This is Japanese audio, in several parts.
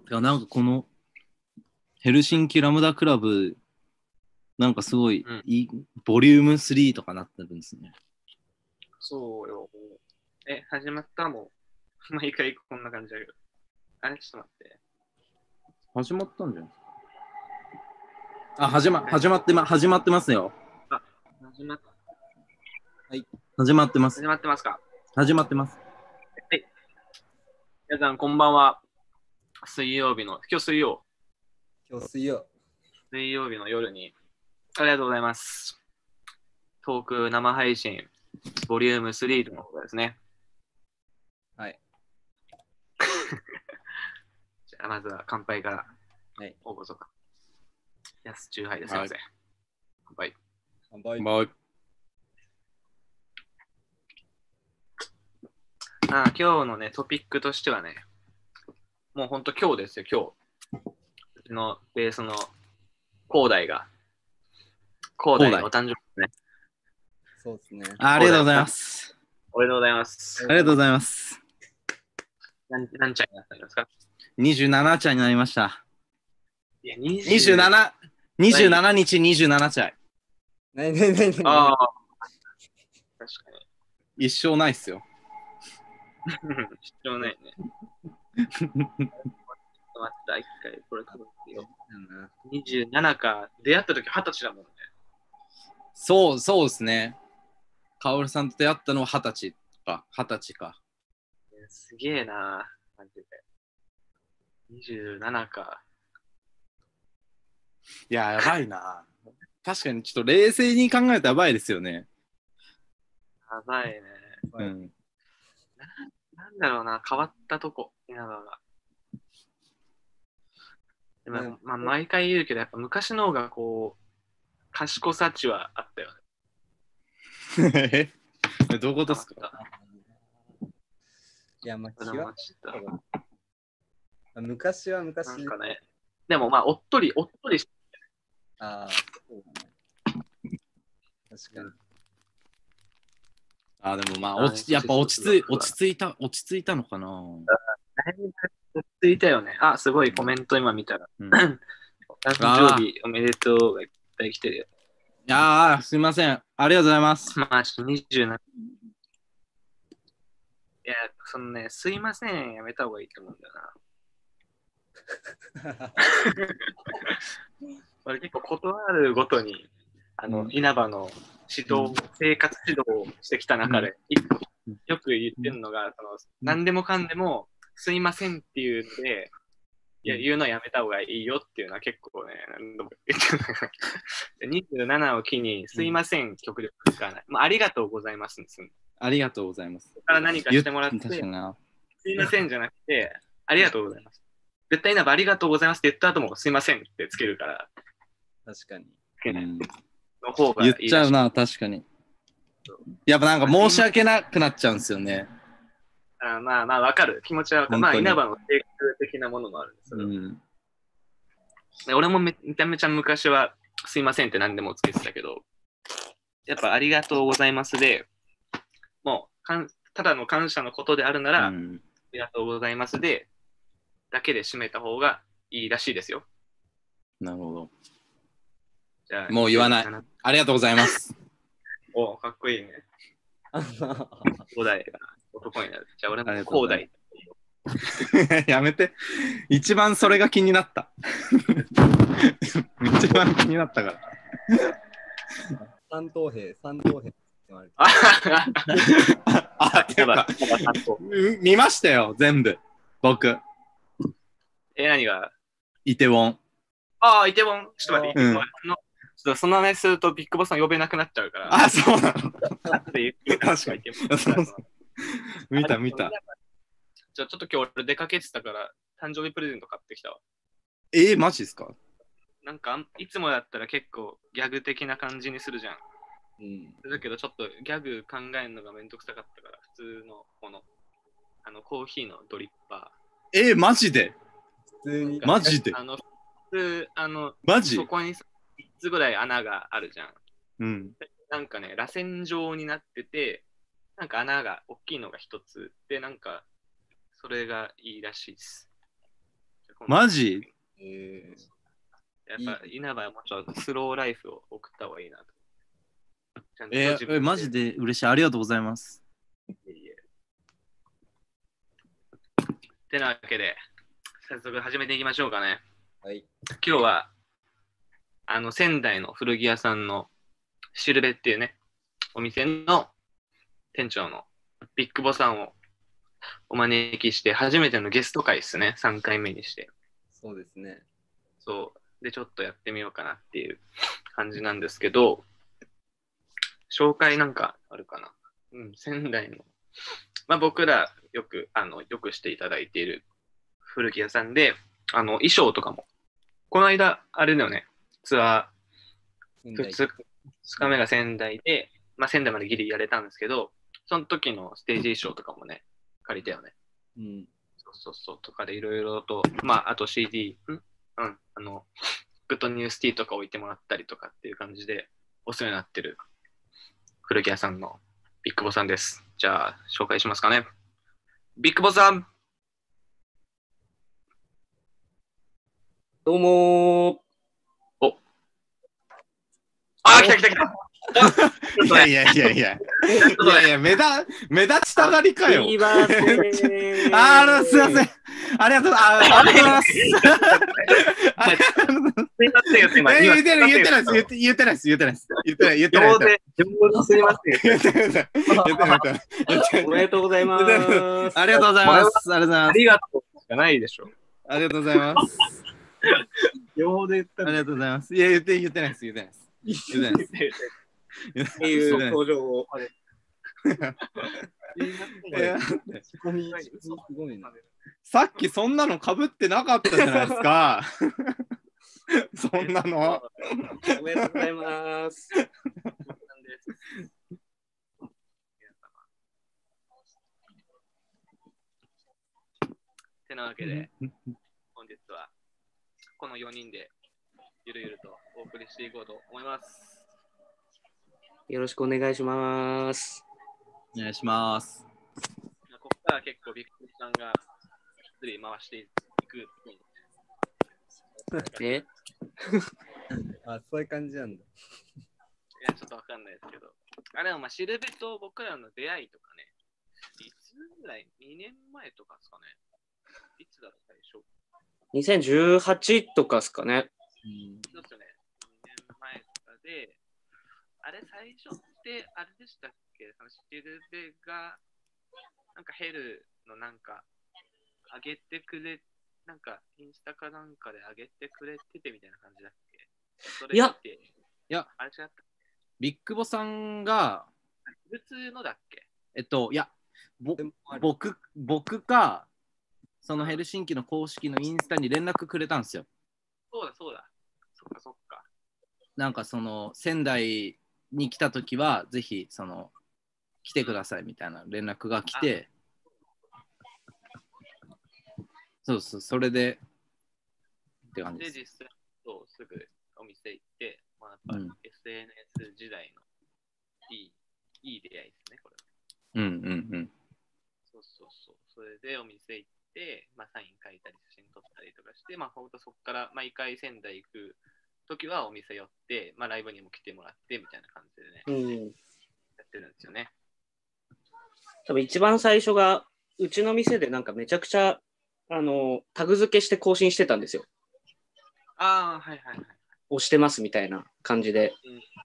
いやなんかこのヘルシンキラムダクラブ、なんかすごいいい、ボリューム3とかなってるんですね。 そうよ。始まったもん。毎回こんな感じだけど。あれ、ちょっと待って。 始まったんじゃないですか。あ、始まってますよ。 あ、始まっ始まってます。 始まってますか？ 始まってます。 はい。皆さん、こんばんは。水曜日の、今日水曜日の夜に、ありがとうございます。トーク生配信、ボリューム3のことですね。 はい。 じゃあ、まずは乾杯から。 はい。 おごそか。安チューハイですいません。乾杯。 乾杯。 今日のね、トピックとしてはね、もうほんと今日ですよ、今日。うちのベースの広大が、広大のお誕生日ですね。 そうですね。 ありがとうございます。 おめでとうございます。 ありがとうございます。 何歳になったんですか 27歳になりました。 いや、 27日27歳。 ああ、確かに。 一生ないっすよ。 必要ないね。ちょっと待った、一回これ撮ってよ。27か、出会った時20歳だもんね。 そうですね。カオルさんと出会ったのは20歳か。 すげえな、マジで。27か。 いや、やばいな。確かにちょっと冷静に考えたらやばいですよね。 やばいね。 うん。 なんだろうな、変わったとこ、稲葉が。でも、毎回言うけど、やっぱ昔の方がこう、賢さ値はあったよね。どういうことですか？ いや、 昔は昔。 なんかね、でもおっとりして。 ああ、そうだね。確かに。 でもやっぱ落ち着いたのかな。 落ち着いたよね。すごいコメント今見たら。誕生日おめでとうがいっぱい来てるよ。 いやすいません。ありがとうございます。 27。いや、すいません、やめた方がいいと思うんだよな。俺結構断るごとに、稲葉の生活指導をしてきた中で、よく言ってるのが、何でもかんでも、すいませんっていうので、言うのはやめた方がいいよっていうのは結構ね、何度も言ってる。27を機に、すいません、極力使わない。ありがとうございますにすん。 ありがとうございます。 そこから何かしてもらって、すいませんじゃなくて、ありがとうございます。絶対稲葉ありがとうございますって言った後も、すいませんってつけるから。 確かに。 の方がいい。 言っちゃうな、確かに。やっぱなんか申し訳なくなっちゃうんですよね。 わかる。気持ちはわかる。稲葉の性格的なものもあるんですよ。俺もめちゃめちゃ昔はすいませんって何でもつけてたけど、やっぱありがとうございますで、もうただの感謝のことであるなら、ありがとうございますで、だけで締めた方がいいらしいですよ。 なるほど。 じゃあもう言わない。ありがとうございます。 お、かっこいいね。広大が男になる。じゃあ俺も広大。 やめて。一番それが気になった。一番気になったから。 三等兵って言われて。 見ましたよ、全部。僕。 何がイテウォン。 イテウォン。ちょっと待って、その話するとビッグボスさん呼べなくなっちゃうから。 そうなの。 確かに。 見た。 ちょっと今日俺出かけてたから誕生日プレゼント買ってきたわ。 マジですか？ なんかいつもだったら結構ギャグ的な感じにするじゃん。だけどちょっとギャグ考えるのがめんどくさかったから普通のこのコーヒーのドリッパー。マジで？ 普通に。 マジで？マジ？ そこに3つぐらい穴があるじゃん。 なんかね、螺旋状になってて、なんか穴が大きいのが1つで、なんかそれがいいらしいです。 マジ？ やっぱ稲葉はもうちょっとスローライフを送った方がいいなと。ちゃんと自分マジで嬉しい。ありがとうございます。 いえいえてなわけで、早速始めていきましょうかね。 はい。 今日は、仙台の古着屋さんのシルベっていうね、お店の店長のビッグボさんをお招きして、初めてのゲスト会ですね、3回目にして。 そうですね。 そう。で、ちょっとやってみようかなっていう感じなんですけど、紹介なんかあるかな。仙台の、僕らよくしていただいている古着屋さんで、衣装とかも、この間、あれだよね、ツアー、2日目が仙台で、仙台までギリやれたんですけど、その時のステージ衣装とかもね、借りたよね。 うん。 そう、とかでいろいろと、あと CD、グッドニュースティーとか置いてもらったりとかっていう感じで、お世話になってる古着屋さんのビッグボさんです。じゃあ、紹介しますかね。ビッグボさん。 どうもー。来た。 いや、目立ちたがりかよ。 すいません。 すいません。ありがとうございます。 すいませんよ、すいません。 言ってないです。すいません。 おめでとうございます。 ありがとうございます。 ありがとうじゃないでしょ。 ありがとうございます。 両方で言ったありがとうございます。いや、言ってないです。 っていう登場を。 すごいな。 さっきそんなの被ってなかったじゃないですか。そんなの。 おめでとうございます。 てなわけで、本日はこの4人でゆるゆるとお送りしていこうと思います。 よろしくお願いします。 お願いします。 ここから結構ビッグさんが回していく。 そういう感じなんだ。 いや、ちょっとわかんないですけど。でもシルベと僕らの出会いとかね、いつぐらい ?2 年前とかですかね。いつだろう、最初。 2018とかですかね。 そうですよね。2年前とかで、あれ最初ってあれでしたっけ？そのシルベが、なんかヘルのなんか、上げてくれ、なんかインスタかなんかで上げてくれててみたいな感じだっけ？それ見て、 いや、 あれ違った？ ビッグボさんが、 普通のだっけ？ いや、僕か、そのヘルシンキの公式のインスタに連絡くれたんですよ。 そうだ。そっか。 なんかその仙台に来たときはぜひ来てくださいみたいな連絡が来て、そうそれでって感じです。 で、実際とすぐお店行って、やっぱ SNS 時代のいい出会いですね、これは。そう。それでお店行って、サイン書いたり写真撮ったりとかして、ほんとそこから毎回仙台行くときはお店寄って、ライブにも来てもらってみたいな感じでね、やってるんですよね。 多分一番最初が、うちの店でなんかめちゃくちゃ、タグ付けして更新してたんですよ。 はい。 押してますみたいな感じで。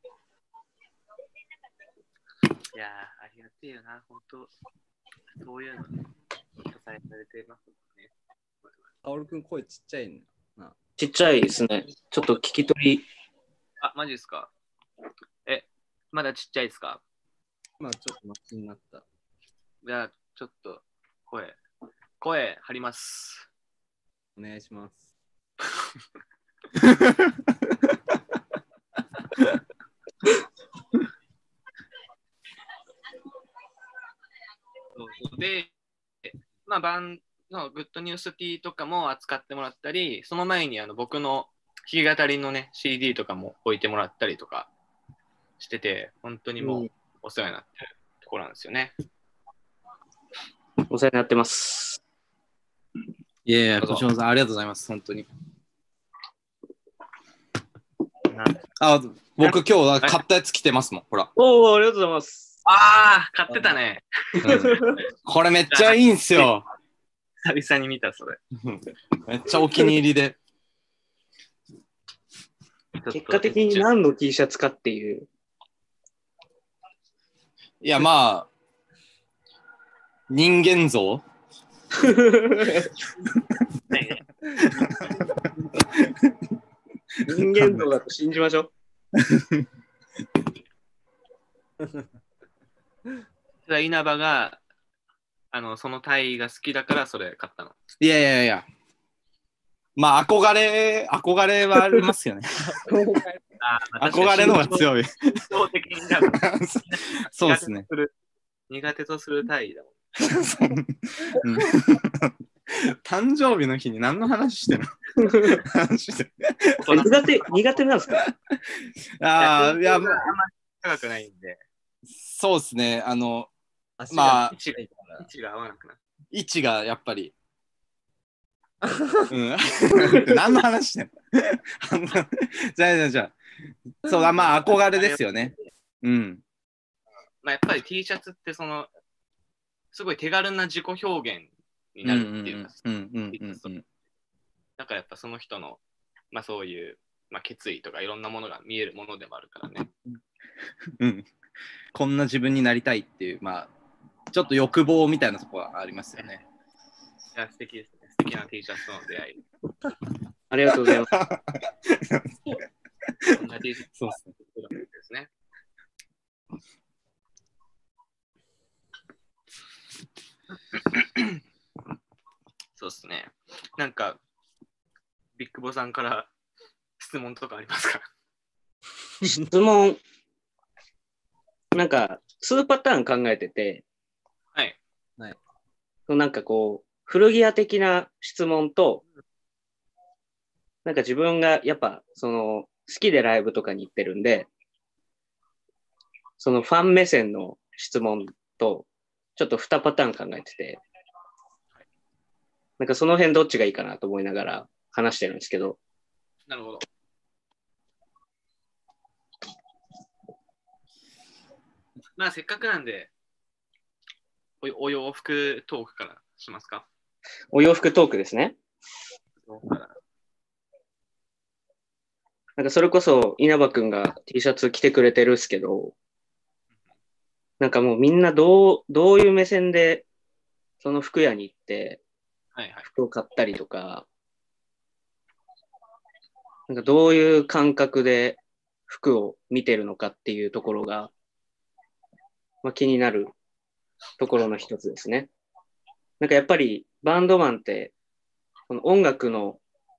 いやー、ありがてえよな、ほんと。そういうのに支えられてますもんね。 カオルくん声ちっちゃいな。 ちっちゃいですね。ちょっと聞き取り。 マジですか？まだちっちゃいですか？ ちょっとマシになった。 じゃあ、ちょっと声張ります。 お願いします。 で、バンのグッドニュースティーとかも扱ってもらったり、その前に僕の弾き語りのね、CD とかも置いてもらったりとかしてて、本当にもうお世話になってるところなんですよね。 お世話になってます。 いやいや、こちらこそありがとうございます、本当に。あ、僕今日は買ったやつ着てますもん、ほら。 おー、ありがとうございます。 ああ、買ってたね。 これめっちゃいいんすよ。 久々に見た、それ。 めっちゃお気に入りで。 結果的に何の T シャツかっていう。 いや、まあ、人間像人間像だと信じましょう。稲葉が、そのタイが好きだからそれ買ったの。 いやいやいや。まあ、憧れはありますよね。憧れの方が強い。 的にそうですね。 苦手とするタイだもん。 誕生日の日に何の話してるの苦手なんですか？ ああ、いや、 あんまり高くないんで。 そうですね。 まあ、位置が合わなくなる。 位置がやっぱり。何の話してんのじゃあ。そうだ、まあ、憧れですよね。うん。 まあ、やっぱり T シャツってすごい手軽な自己表現になるっていうか、だからやっぱその人の、まあそういう、まあ、決意とかいろんなものが見えるものでもあるからね。 うん。こんな自分になりたいっていう、まあ、ちょっと欲望みたいなところはありますよね。 いや、素敵ですね。素敵な T シャツとの出会い。 ありがとうございます。 こんな T シャツですね。そうですね。なんか、ビッグボさんから質問とかありますか？ 質問、なんか、2パターン考えてて、 はい。 なんかこう、古着屋的な質問と、なんか自分がやっぱ、好きでライブとかに行ってるんで、そのファン目線の質問と、ちょっと2パターン考えてて、なんかその辺どっちがいいかなと思いながら話してるんですけど。 なるほど。まあせっかくなんで、お洋服トークからしますか？ お洋服トークですね。なんかそれこそ稲葉くんが T シャツ着てくれてるっすけど、なんかもうみんなどういう目線でその服屋に行って服を買ったりとか、なんかどういう感覚で服を見てるのかっていうところが、まあ、気になるところの一つですね。なんかやっぱりバンドマンってこの音楽の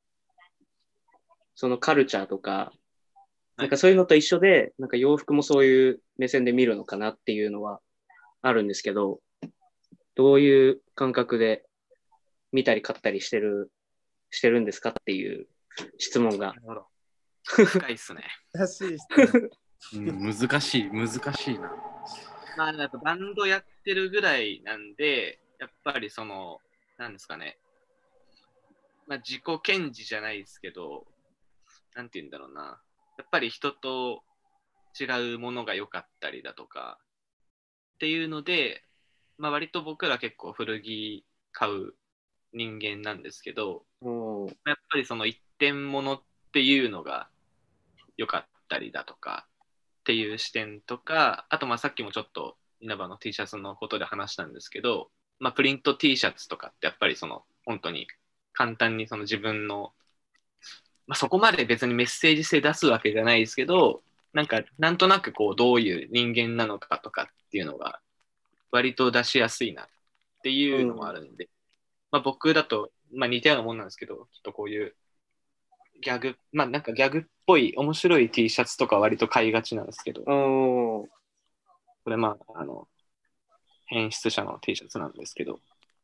そのカルチャーとか、なんかそういうのと一緒で、なんか洋服もそういう目線で見るのかなっていうのはあるんですけど、どういう感覚で見たり買ったりしてるんですかっていう質問が。 深いっすね。 難しいっすね。 難しいな。 まあ、やっぱバンドやってるぐらいなんで、やっぱりなんですかね。まあ、自己顕示じゃないですけど、なんて言うんだろうな。やっぱり人と違うものが良かったりだとかっていうので、まあ、割と僕ら結構古着買う人間なんですけど、やっぱりその一点物っていうのが良かったりだとかっていう視点とか、あとまあさっきもちょっと稲葉の T シャツのことで話したんですけど、まあ、プリント T シャツとかってやっぱり本当に簡単に自分の、まあ、そこまで別にメッセージ性出すわけじゃないですけど、なんとなくこうどういう人間なのかとかっていうのが割と出しやすいなっていうのもあるんで、まあ、僕だと、まあ、似たようなもんなんですけど、きっとこういうギャグ、まあなんかギャグっぽい面白い T シャツとか割と買いがちなんですけど、これまあ変質者の T シャツなんですけど、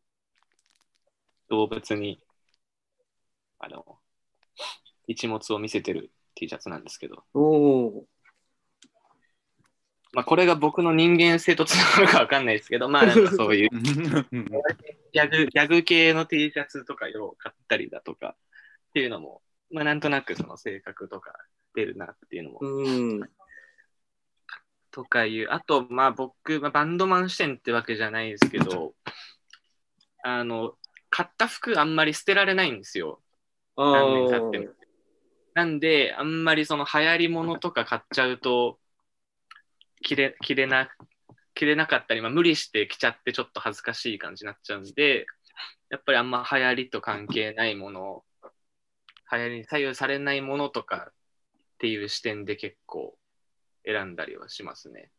動物に一物を見せてる T シャツなんですけど、 まあこれが僕の人間性とつながるかわかんないですけど、まあなんかそういうギャグ系の T シャツとかを買ったりだとかっていうのも、まあなんとなくその性格とか出るなっていうのも。とかいう、あとまあ僕、バンドマン視点ってわけじゃないですけど、買った服あんまり捨てられないんですよ。何年経っても。なんで、あんまりその流行り物とか買っちゃうと、着れなかったり、まあ、無理して着ちゃってちょっと恥ずかしい感じになっちゃうんで、やっぱりあんま流行りと関係ないもの、流行りに左右されないものとかっていう視点で結構選んだりはしますね。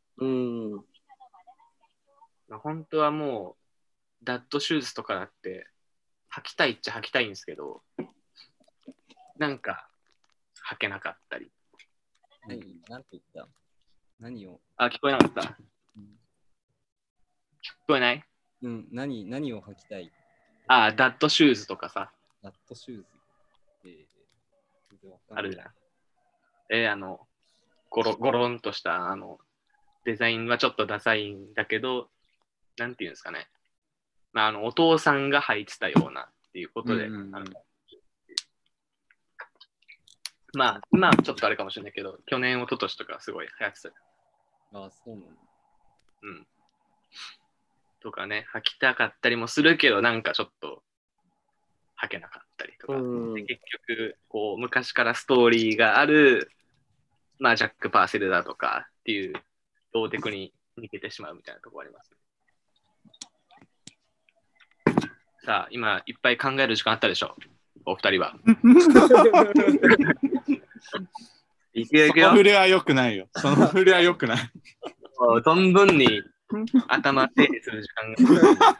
本当はもう、ダッドシューズとかだって履きたいっちゃ履きたいんですけど、なんか履けなかったり。 なんて言った？何を？ 聞こえなかった。聞こえない？ 何を履きたい？ ダッドシューズとかさ。 ダッドシューズ。 あるじゃん。ゴロンとしたデザインはちょっとダサいんだけど、なんていうんですかね。まあ、お父さんが履いてたようなっていうことで、まあ、今はちょっとあれかもしれないけど、去年、一昨年とかすごい流行ってた。 そうなの？ とかね、履きたかったりもするけど、なんかちょっと履けなかったりとか。で結局、こう、昔からストーリーがある、まあ、ジャック・パーセルだとかっていう、ローテクに逃げてしまうみたいなところあります、ね。さあ、今、いっぱい考える時間あったでしょ、お二人は。いくよいくよ。 その振りは良くないよ。その振りは良くない。 存分に頭整理する時間が。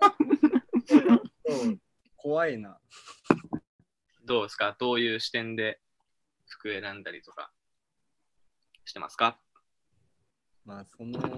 怖いな。 どうですか？どういう視点で服選んだりとかしてますか？ まあ、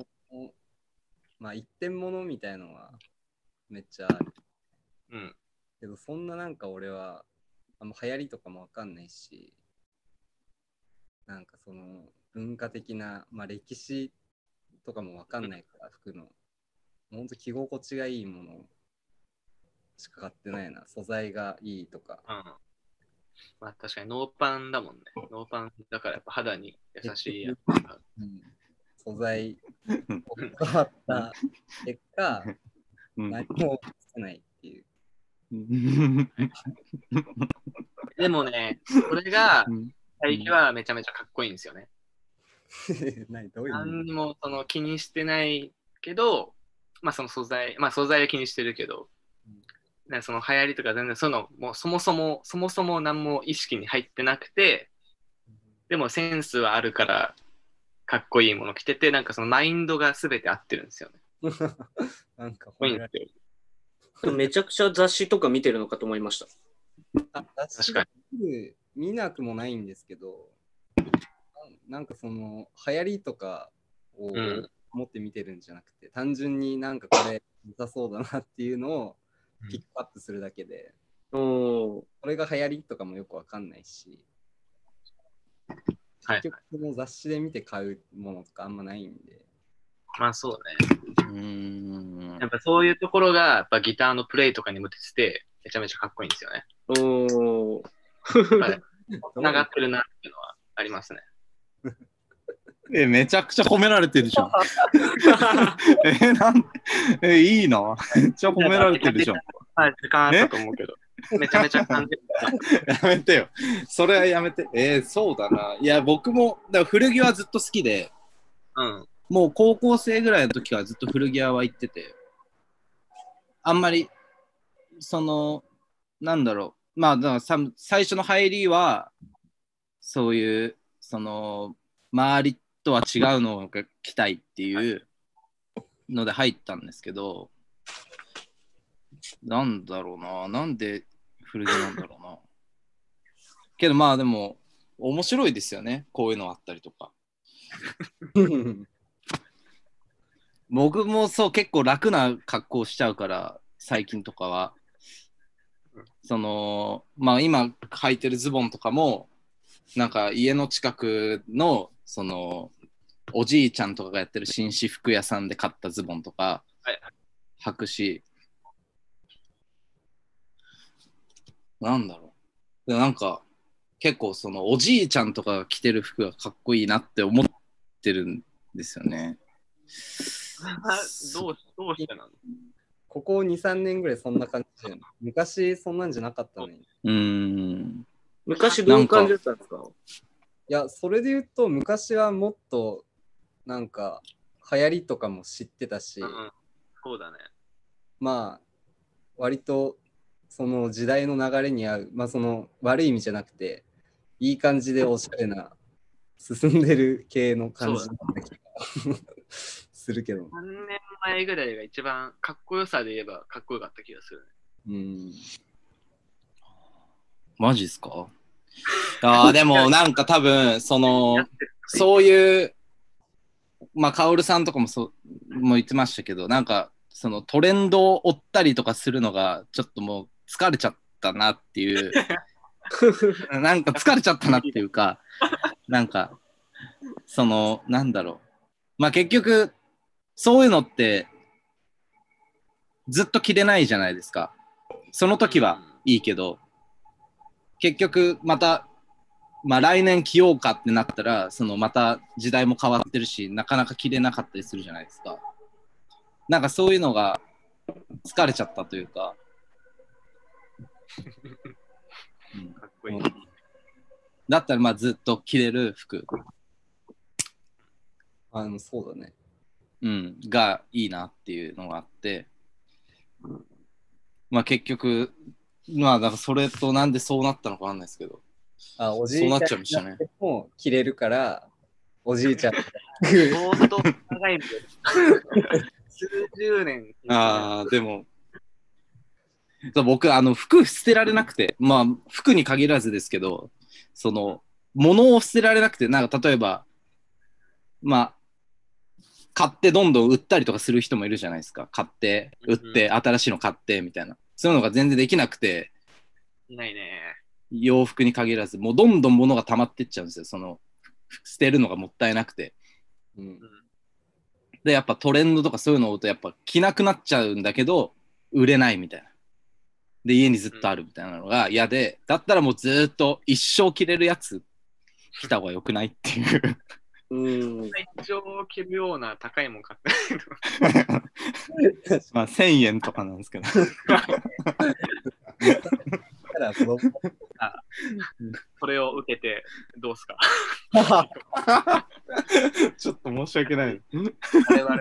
一点物みたいのはめっちゃある。けど、そんななんか俺は、流行りとかもわかんないし、なんかその文化的な、歴史とかもわかんないから、服の。ほんと着心地がいいものしか買ってないな。素材がいいとか。 まあ確かにノーパンだもんね。ノーパンだからやっぱ肌に優しいやつ。 素材を変わった結果、何もつないっていう。 でもね、それが最近はめちゃめちゃかっこいいんですよね。何にもその気にしてないけど、まあその素材は気にしてるけど、その流行りとか全然そういうのもうそもそも何も意識に入ってなくて、でもセンスはあるからかっこいいもの着てて、なんかそのマインドが全て合ってるんですよね。 なんかめちゃくちゃ雑誌とか見てるのかと思いました。 確かに見なくもないんですけど、なんかその流行りとかを持って見てるんじゃなくて、単純になんかこれ良さそうだなっていうのをピックアップするだけで、これが流行りとかもよくわかんないし、結局その雑誌で見て買うものとかあんまないんで。 まあそうね。やっぱそういうところがやっぱギターのプレイとかにも出ててめちゃめちゃかっこいいんですよね。つながってるなっていうのはありますね。 めちゃくちゃ褒められてるじゃん。いいな。めっちゃ褒められてるじゃん。 時間あったと思うけど。めちゃめちゃ感じる。 やめてよ。それはやめて。そうだな。いや、僕もだから古着はずっと好きで、もう高校生ぐらいの時からずっと古着屋は行ってて、あんまり、なんだろう。まあ、だから最初の入りは、そういう、周りとは違うのが着たいっていうので入ったんですけど、なんだろうな。なんで古着なんだろうな。けどまあでも、面白いですよね。こういうのあったりとか。僕もそう結構楽な格好しちゃうから最近とかはまあ今履いてるズボンとかもなんか家の近くのおじいちゃんとかがやってる紳士服屋さんで買ったズボンとか履くし、なんだろう。でなんか結構そのおじいちゃんとかが着てる服がかっこいいなって思ってるんですよね。 どうしてなの？ ここ2、3年ぐらいそんな感じじゃん。昔そんなんじゃなかったのに。 昔どういう感じだったんですか？ いや、それで言うと昔はもっとなんか流行りとかも知ってたし、 そうだね。 まあ割とその時代の流れに合う、まあその悪い意味じゃなくていい感じでおしゃれな進んでる系の感じだった気がするけど。 3年前ぐらいが一番かっこよさで言えばかっこよかった気がするね。 マジっすか？でもなんか多分そういうまあカオルさんとかもも言ってましたけど、なんかそのトレンドを追ったりとかするのがちょっともう疲れちゃったなっていうなんか疲れちゃったなっていうかなんかなんだろう、まあ結局そういうのってずっと着れないじゃないですか。その時はいいけど、結局またまあ来年着ようかってなったらまた時代も変わってるし、なかなか着れなかったりするじゃないですか。なんかそういうのが疲れちゃったというか、 かっこいい。 だったらまあずっと着れる服そうだね。 がいいなっていうのがあって、まあ結局まあだからそれとなんでそうなったのかわかんないですけど、 おじいちゃんそうなっちゃいましたね。 も着れるからおじいちゃん相当長いんで数十年。 でも僕服捨てられなくて、まあ服に限らずですけど、物を捨てられなくて、なんか例えばまあ買ってどんどん売ったりとかする人もいるじゃないですか。買って売って新しいの買ってみたいな、そういうのが全然できなくて。 いないね。 洋服に限らずもうどんどん物が溜まってっちゃうんですよ。捨てるのがもったいなくて、でやっぱトレンドとかそういうのをとやっぱ着なくなっちゃうんだけど売れないみたいな、で家にずっとあるみたいなのが嫌で、だったらもうずっと一生着れるやつ着た方がよくないっていう一生着るような高いもん買ってないとまあ1000円とかなんですけどそれを受けてどうすかちょっと申し訳ない。 我々の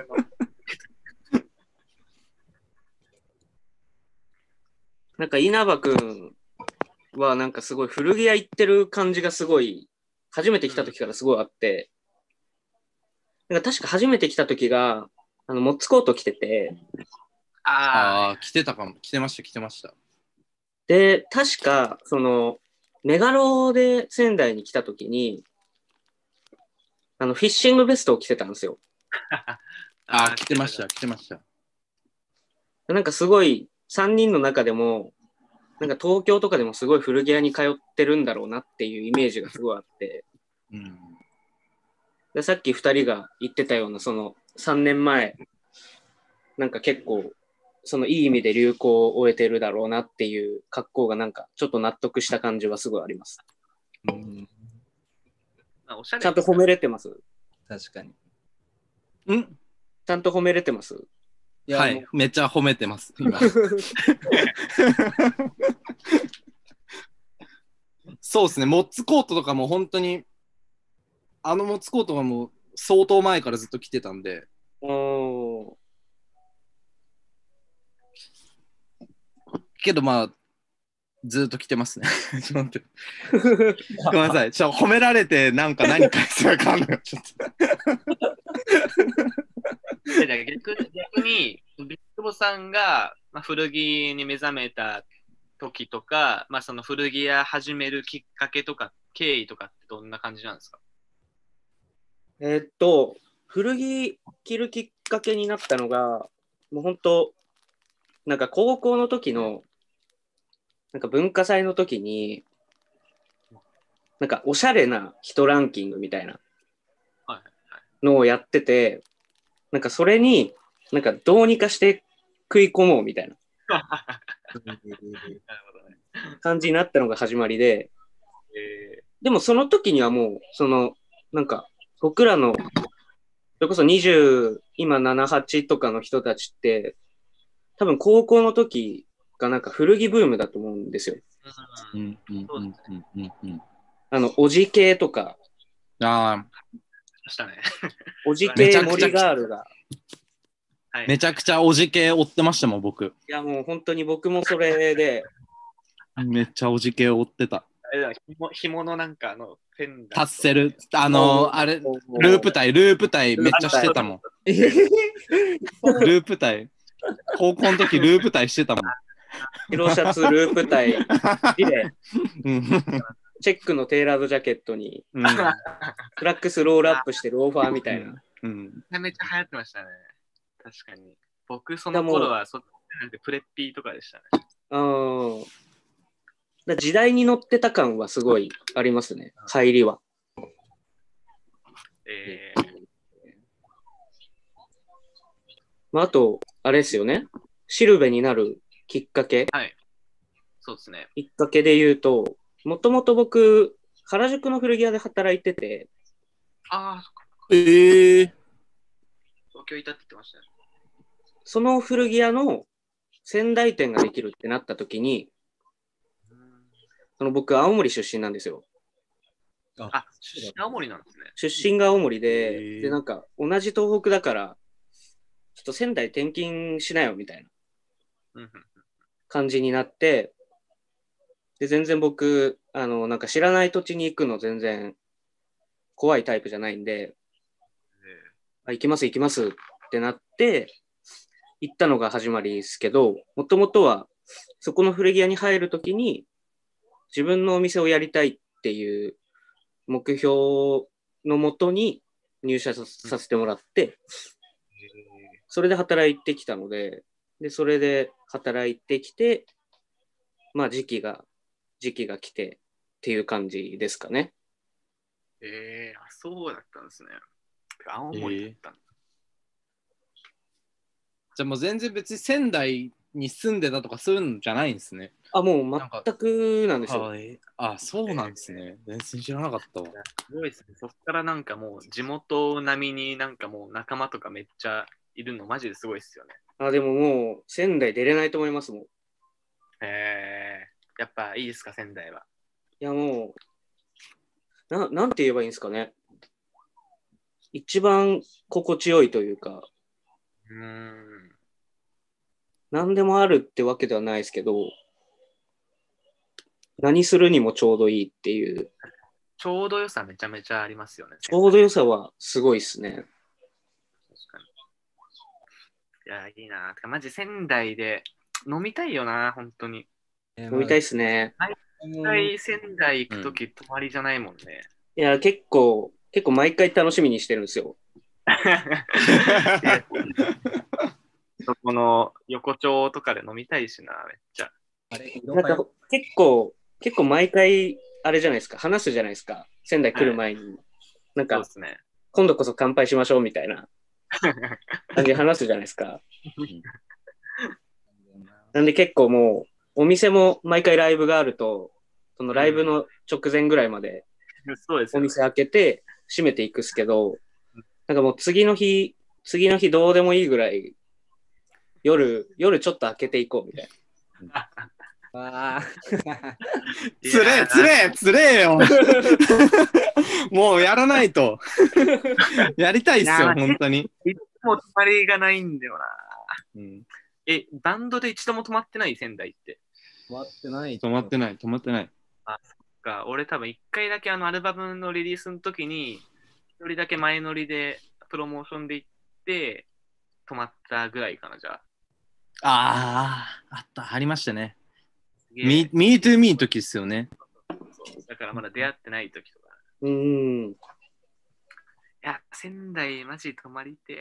なんか稲葉くんはなんかすごい古着屋行ってる感じがすごい初めて来た時からすごいあって、なんか確か初めて来た時がモッツコート着てて、 着てたかも。着てました。 で確かメガロで仙台に来た時にフィッシングベストを着てたんですよ。 着てました。 なんかすごい3人の中でもなんか東京とかでもすごい古着屋に通ってるんだろうなっていうイメージがすごいあって、でさっき2人が言ってたような3年前なんか結構いい意味で流行を終えてるだろうなっていう格好がなんかちょっと納得した感じはすごいあります。ちゃんと褒めれてます？ 確かに。 ちゃんと褒めれてます？ はい、めっちゃ褒めてます今そうですね。モッツコートとかも本当にモッツコートがもう相当前からずっと着てたんで。けどまあずっと着てますねちょっと待ってごめんなさい、褒められて何返すか分かんないちょっと逆にビッグボさんが、古着に目覚めた時とか、その古着屋始めるきっかけとか経緯とかってどんな感じなんですか？ 古着着るきっかけになったのがもう本当なんか高校の時のなんか文化祭の時になんかおしゃれな人ランキングみたいなのをやってて、なんかそれに、なんかどうにかして食い込もうみたいな感じになったのが始まりで、でもその時にはもう、なんか僕らの、それこそ20、今7、8とかの人たちって、多分高校の時がなんか古着ブームだと思うんですよ。おじ系とか。 ああ。 したね。 おじ系森ガールが。 めちゃくちゃおじ系追ってましたもん、僕。 いや、もう本当に僕もそれで。 めっちゃおじ系追ってた。 紐のなんかペンダタッセル、あれ、ループ体めっちゃしてたもん。ループ体。高校の時ループ体してたもん。 白シャツ、ループ体、ジレ、チェックのテーラードジャケットに、フラックスロールアップしてローファーみたいな。 めちゃめちゃ流行ってましたね。確かに。僕、その頃はプレッピーとかでしたね。 時代に乗ってた感はすごいありますね、入りは。あと、あれですよね。シルベになるきっかけ。 はい。そうですね。 きっかけで言うと、もともと僕、原宿の古着屋で働いてて。 ああ、そっか。 東京いたって言ってましたね。 その古着屋の仙台店ができるってなった時に、僕、青森出身なんですよ。 出身青森なんですね。 出身が青森で、なんか、同じ東北だから、ちょっと仙台転勤しなよ、みたいな感じになって、で、全然僕、なんか知らない土地に行くの全然怖いタイプじゃないんで、行きますってなって、行ったのが始まりですけど、もともとは、そこの古着屋に入るときに、自分のお店をやりたいっていう目標のもとに入社させてもらって、それで働いてきたので、それで働いてきて、まあ時期が来てっていう感じですかね。 そうだったんですね。青森だったんだ。 じゃあもう全然別に仙台に住んでたとかそういうのじゃないんですね。 もう全くなんですよ。 そうなんですね。全然知らなかったわ。 すごいですね。そっからなんかもう地元並みになんかもう仲間とかめっちゃいるのマジですごいですよね。 でももう仙台出れないと思いますもん。 やっぱいいですか、仙台は。 いやもう、なんて言えばいいんですかね。一番心地よいというか、何でもあるってわけではないですけど、何するにもちょうどいいっていう。 ちょうど良さめちゃめちゃありますよね。 ちょうど良さはすごいですね。 確かに。いや、いいな。マジ仙台で飲みたいよな、本当に。 飲みたいっすね。 毎回仙台行くとき泊まりじゃないもんね。 いや、結構毎回楽しみにしてるんですよ。 そこの横丁とかで飲みたいしな、めっちゃ。 なんか結構毎回あれじゃないですか、話すじゃないですか、仙台来る前に。なんか、今度こそ乾杯しましょうみたいな感じで話すじゃないですか。なんで結構もう、お店も毎回ライブがあると、そのライブの直前ぐらいまでお店開けて閉めていくっすけど、なんかもう次の日どうでもいいぐらい夜ちょっと開けていこうみたいな。 つれえよ。もうやらないと。やりたいっすよ、本当に。 いつも泊まりがないんだよな。バンドで一度も泊まってない仙台って。 泊まってない。 そっか。俺多分一回だけアルバムのリリースの時に、一人だけ前乗りでプロモーションで行って泊まったぐらいかな、じゃあ。ありましたね。Me to me の時ですよね。 だからまだ出会ってない時とか。いや、仙台マジ泊まりて。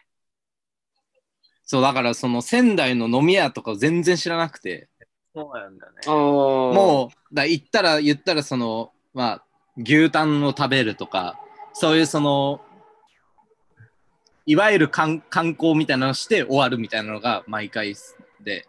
そう、だからその仙台の飲み屋とか全然知らなくて。 そうなんだね。 もう、言ったらその、まあ、牛タンを食べるとか、そういうその、 いわゆる観光みたいなのをして終わるみたいなのが毎回で、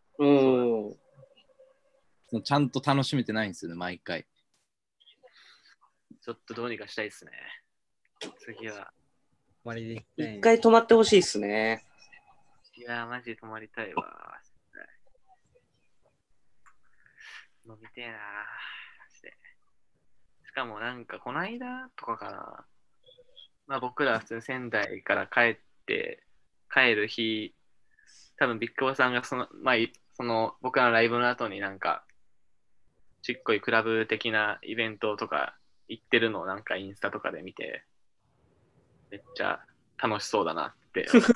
ちゃんと楽しめてないんですよね、毎回。 ちょっとどうにかしたいですね。次は。 一回泊まってほしいっすね。 いやー、マジで泊まりたいわ。飲みてえなー。しかもなんか、この間とかかな。まあ僕ら普通に仙台から帰る日、多分ビッグボさんがその僕らのライブの後になんか、ちっこいクラブ的なイベントとか行ってるのをなんかインスタとかで見て、めっちゃ楽しそうだなって思った。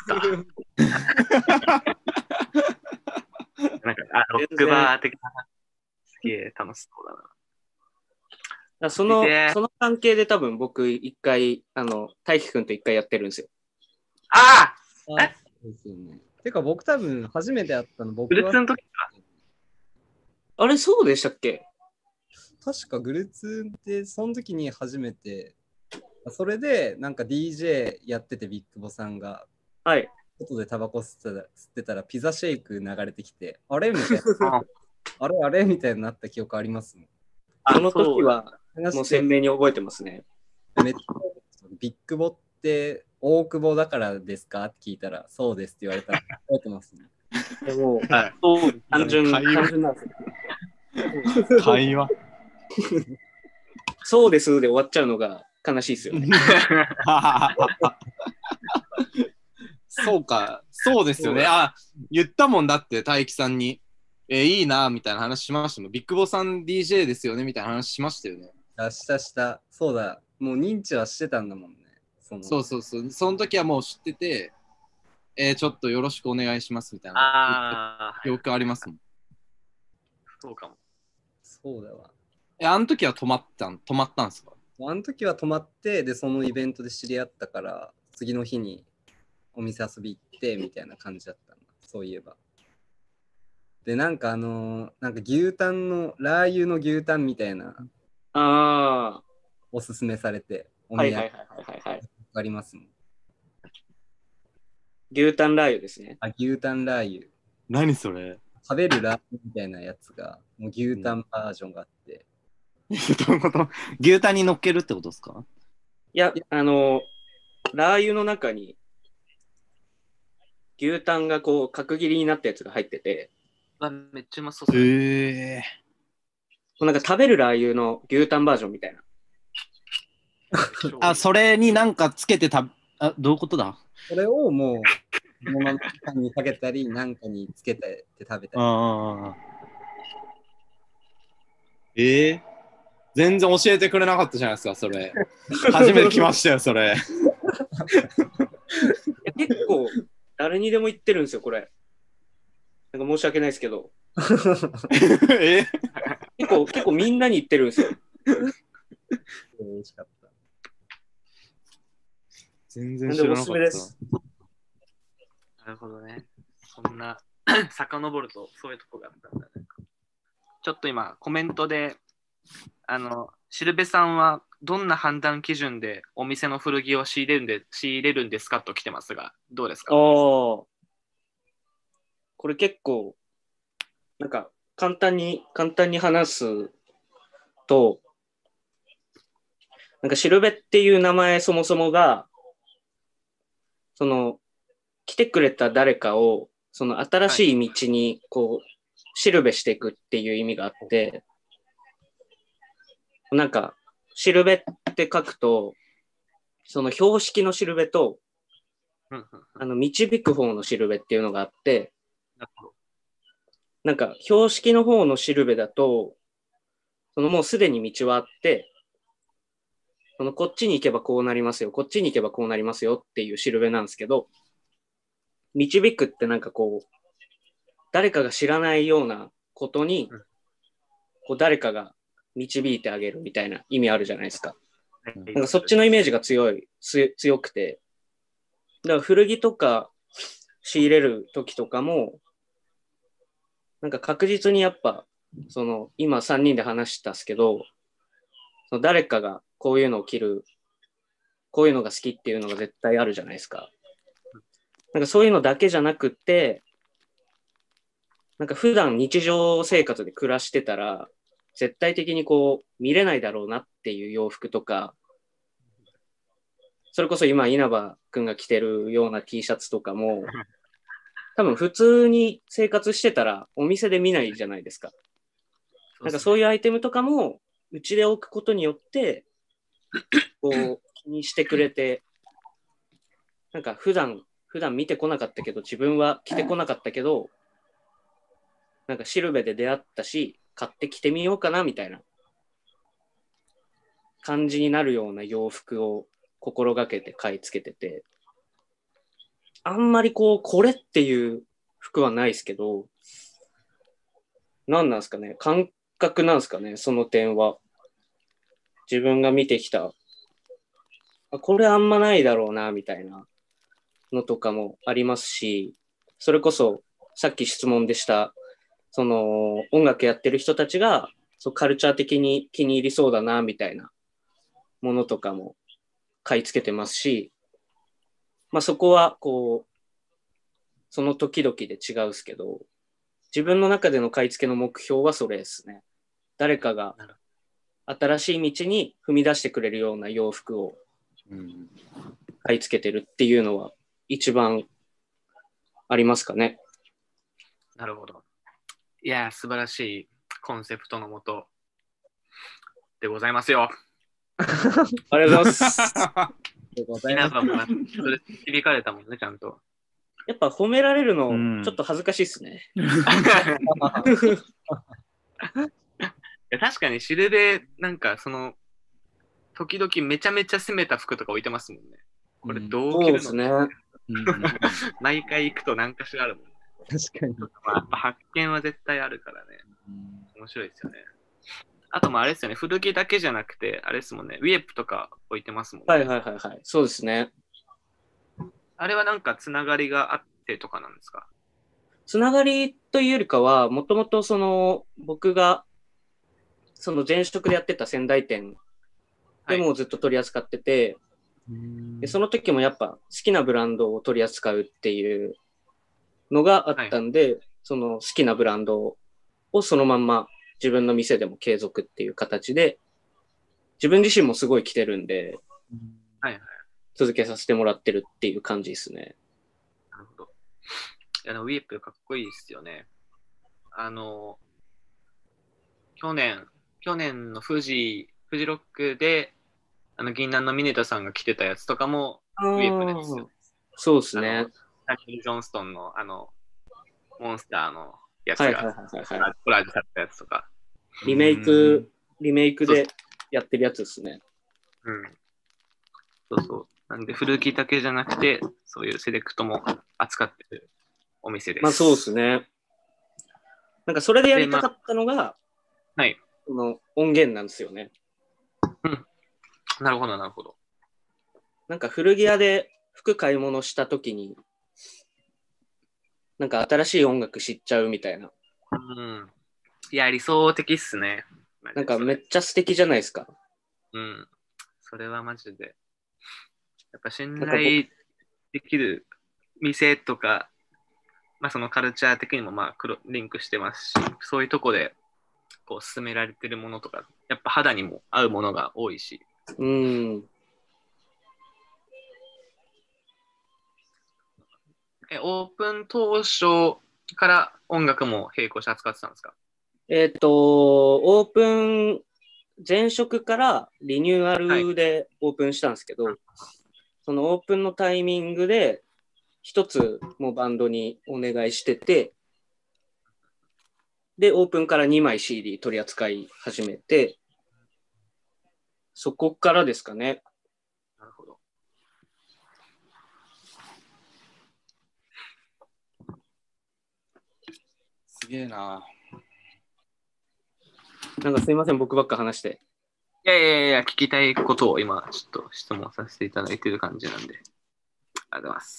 なんかロックバー的な、すげえ楽しそうだな。 その関係で多分僕一回、大輝くんと一回やってるんですよ。 ああですよね。てか僕多分初めて会ったの僕は。グルツの時か。 あれ、そうでしたっけ？ 確かグルツってその時に初めて、それでなんか DJ やっててビッグボさんが、 はい。 外でタバコ吸ってたらピザシェイク流れてきて、あれみたいな。あれみたいになった記憶ありますもん。 その時はもう鮮明に覚えてますね。 めっちゃビッグボって大久保だからですかって聞いたら、そうですって言われたら覚えてますね。 でも、そう単純なんですよ。 会話そうですで終わっちゃうのが悲しいですよね。 そうか、そうですよね。あ、言ったもんだって、大輝さんに。いいなみたいな話しましたもん。ビッグボさん DJ ですよねみたいな話しましたよね。 した。そうだ。もう認知はしてたんだもんね。 そう。その時はもう知ってて、ちょっとよろしくお願いしますみたいな。記憶ありますもん。 そうかも。 そうだわ。 あの時は泊まったんですか？ あの時は泊まって、で、そのイベントで知り合ったから、次の日にお店遊び行ってみたいな感じだったんだ。そういえば。で、なんかなんか牛タンの、ラー油の牛タンみたいな、おすすめされて、 お土産ありますもん。 牛タンラー油ですね。 牛タンラー油。 何それ？ 食べるラー油みたいなやつが、もう牛タンバージョンがあって。 どういうこと？牛タンに乗っけるってことですか？ いや、ラー油の中に、牛タンがこう、角切りになったやつが入ってて、 めっちゃうまそうですね。 なんか食べるラー油の牛タンバージョンみたいな。それになんかつけてどういうことだ？ それをもう、そのままパンにかけたり、なんかにつけて食べたり。全然教えてくれなかったじゃないですか、それ。初めて来ましたよ、それ。 結構、誰にでも言ってるんですよ、これ。なんか申し訳ないですけど。結構みんなに言ってるんですよ。 嬉しかった。 全然知らなかった。なるほどね。そんな、遡るとそういうとこがあったんだね。ちょっと今、コメントで、しるべさんはどんな判断基準でお店の古着を仕入れるんですかと来てますが、どうですか？ これ結構、なんか簡単に話すと、なんかしるべっていう名前そもそもが、来てくれた誰かを、その新しい道にこう、しるべしていくっていう意味があって、なんか、しるべって書くと、その標識のしるべと、導く方のしるべっていうのがあって、なんか、標識の方のしるべだと、もうすでに道はあって、こっちに行けばこうなりますよ、こっちに行けばこうなりますよっていうしるべなんですけど、導くってなんかこう、誰かが知らないようなことに、こう誰かが導いてあげるみたいな意味あるじゃないですか。なんかそっちのイメージが強くて、だから古着とか仕入れる時とかも、なんか確実にやっぱ、今3人で話したっすけど、誰かがこういうのを着る、こういうのが好きっていうのが絶対あるじゃないですか。 なんかそういうのだけじゃなくって、なんか普段日常生活で暮らしてたら、絶対的にこう見れないだろうなっていう洋服とか、それこそ今稲葉くんが着てるような T シャツとかも、多分普通に生活してたらお店で見ないじゃないですか。なんかそういうアイテムとかもうちで置くことによって、こう気にしてくれて、なんか普段見てこなかったけど、自分は着てこなかったけど、なんかシルベで出会ったし、買って着てみようかなみたいな感じになるような洋服を心がけて買い付けてて、あんまりこれっていう服はないですけど、何なんですかね、感覚なんですかね、その点は。自分が見てきた、これあんまないだろうな、みたいなのとかもありますし、それこそさっき質問でした、その音楽やってる人たちがそうカルチャー的に気に入りそうだなみたいなものとかも買い付けてますし、まあそこはこうその時々で違うっすけど、自分の中での買い付けの目標はそれですね。誰かが新しい道に踏み出してくれるような洋服を買い付けてるっていうのは一番ありますかね。 なるほど。いや、素晴らしいコンセプトのもとでございますよ。 ありがとうございます。 稲葉もそれ響かれたもんね、ちゃんと。 やっぱ褒められるのちょっと恥ずかしいっすね。 確かにシルベなんかその時々めちゃめちゃ攻めた服とか置いてますもんね。これどう着るの、 そうですね。 毎回行くと何かしらあるもんね。 確かに。 まあ、やっぱ発見は絶対あるからね。面白いですよね。あともあれですよね、古着だけじゃなくて、あれですもんね、ウィエップとか置いてますもんね。 はいはいはいはい。そうですね。 あれはなんかつながりがあってとかなんですか？ つながりというよりかは、もともとその僕がその前職でやってた仙台店でもずっと取り扱ってて、でその時もやっぱ好きなブランドを取り扱うっていうのがあったんで、その好きなブランドをそのまんま自分の店でも継続っていう形で、自分自身もすごい着てるんで、続けさせてもらってるっていう感じですね。 なるほど。ウィープかっこいいですよね。去年の富士ロックで、銀杏のミネタさんが着てたやつとかもウィープですよ。 そうですね。 ダニエル・ジョンストンのモンスターのやつがコラージュされたやつとか。 リメイクでやってるやつですね。 そうそう。なんで古着だけじゃなくて、そういうセレクトも扱ってるお店です。 まあそうですね。なんかそれでやりたかったのが、 はい。 その音源なんですよね。 なるほど、なるほど。 なんか古着屋で服買い物したときに、なんか新しい音楽知っちゃうみたいな。 いや、理想的っすね。 なんかめっちゃ素敵じゃないですか。 それはマジで。やっぱ信頼できる店とか、まあそのカルチャー的にもまあリンクしてますし、そういうとこでこう進められてるものとか、やっぱ肌にも合うものが多いし。オープン当初から音楽も並行して扱ってたんですか？ オープン前職からリニューアルでオープンしたんですけど、そのオープンのタイミングで一つもうバンドにお願いしてて、で、オープンから2枚 CD 取り扱い始めて、そこからですかね。 なるほど。 すげえな。 なんかすいません、僕ばっか話して。 いや、聞きたいことを今、ちょっと質問させていただいている感じなんで。ありがとうございます。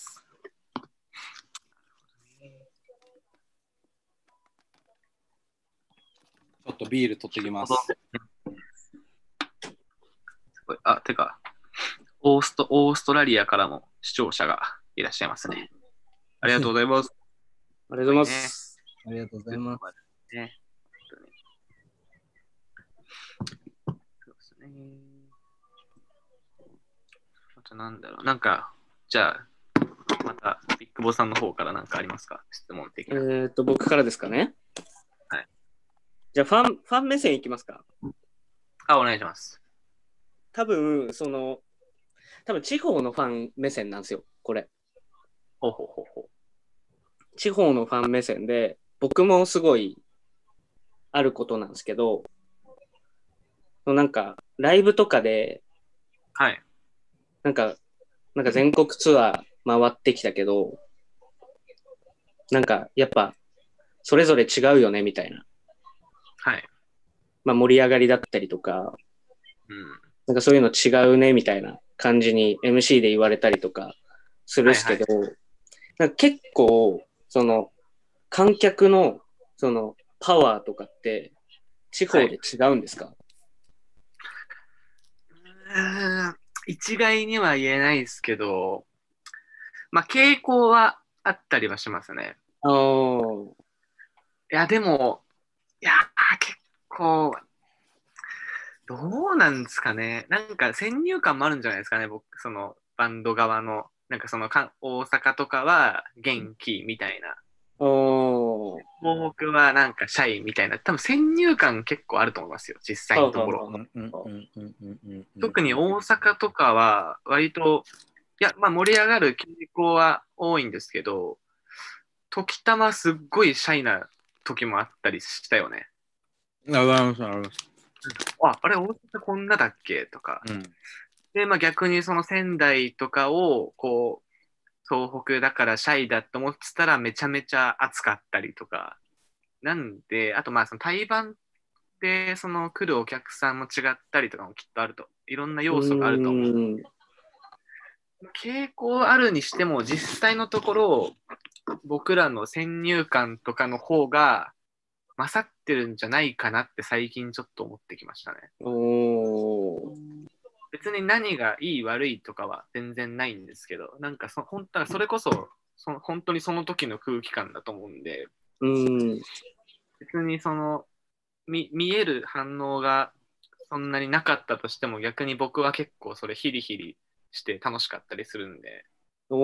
ちょっとビール取ってきます。 すごい。てか、オーストラリアからも視聴者がいらっしゃいますね。 ありがとうございます。 ありがとうございます。 ありがとうございます。 ね、そうですね。あとなんだろう。なんか、じゃあ、また、ビッグボさんの方から何かありますか？質問的な。 僕からですかね。 はい。 じゃあ、ファン目線いきますか？ お願いします。 多分地方のファン目線なんですよ、これ。 ほうほうほうほう。 地方のファン目線で、僕もすごいあることなんですけど、なんか、ライブとかで、 はい。 なんか全国ツアー回ってきたけど、なんか、やっぱ、それぞれ違うよね、みたいな。 はい。 まあ、盛り上がりだったりとか、なんかそういうの違うね、みたいな感じに MC で言われたりとかするっすけど、なんか結構、観客の、パワーとかって、地方で違うんですか？ 一概には言えないですけど、まあ、傾向はあったりはしますね。いや、でも、結構、どうなんですかね。なんか先入観もあるんじゃないですかね、僕、そのバンド側の。なんか大阪とかは元気みたいな。東北はなんかシャイみたいな。多分先入観結構あると思いますよ、実際のところ。特に大阪とかは割と、まあ盛り上がる傾向は多いんですけど、時たますっごいシャイな時もあったりしたよね。 あります、あります。 あれ、大阪こんなだっけとか。で、まあ逆にその仙台とかを、こう、東北だからシャイだと思ってたらめちゃめちゃ暑かったりとか。なんで、あとまあその対バンでその来るお客さんも違ったりとかもきっとあると。いろんな要素があると思う。傾向あるにしても実際のところ僕らの先入観とかの方が勝ってるんじゃないかなって最近ちょっと思ってきましたね。別に何がいい悪いとかは全然ないんですけど、なんか本当はそれこそ本当にその時の空気感だと思うんで、別に見える反応がそんなになかったとしても逆に僕は結構それヒリヒリして楽しかったりするんで、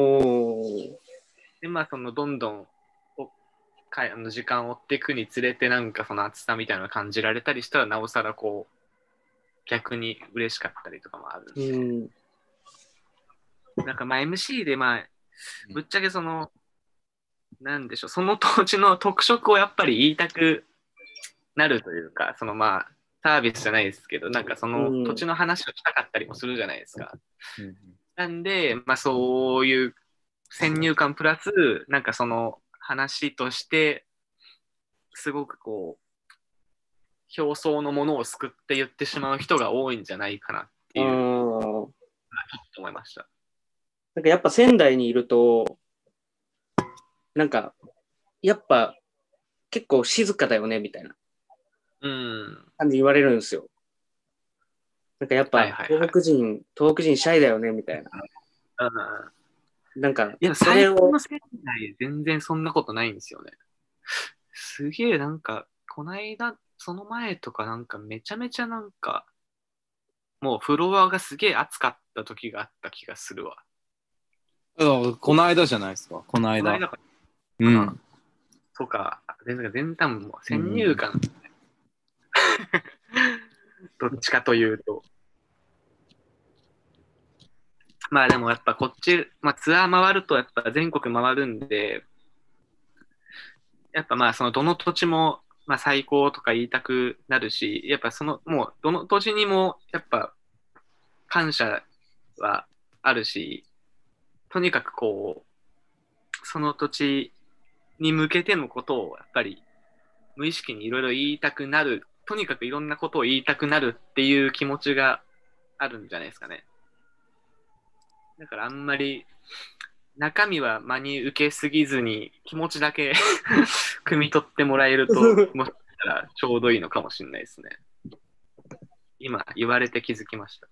でまあどんどん時間を追っていくにつれてなんかその暑さみたいなのを感じられたりしたらなおさらこう逆に嬉しかったりとかもあるんで、なんかまあ MC でまあぶっちゃけなんでしょう、その土地の特色をやっぱり言いたくなるというか、まあサービスじゃないですけど、なんかその土地の話をしたかったりもするじゃないですか。なんでまあそういう先入観プラスなんかその話としてすごくこう表層のものを救って言ってしまう人が多いんじゃないかなっていう思いました。 なんかやっぱ仙台にいるとなんかやっぱ結構静かだよねみたいな感じ言われるんですよ。なんかやっぱ東北人シャイだよねみたいな。なんかいや最近の仙台全然そんなことないんですよね。すげえなんかこの間その前とかなんかめちゃめちゃなんかもうフロアがすげえ暑かった時があった気がするわ。 この間じゃないですか。この間。 そうか。全然多分もう先入観。どっちかというと。まあでもやっぱこっち、まあツアー回るとやっぱ全国回るんで、やっぱまあどの土地もまあ最高とか言いたくなるし、やっぱもうどの土地にもやっぱ感謝はあるし、とにかくこう、その土地に向けてのことをやっぱり無意識にいろいろ言いたくなる、とにかくいろんなことを言いたくなるっていう気持ちがあるんじゃないですかね。だからあんまり中身は真に受けすぎずに気持ちだけ汲み取ってもらえるともしかしたらちょうどいいのかもしれないですね。今言われて気づきました。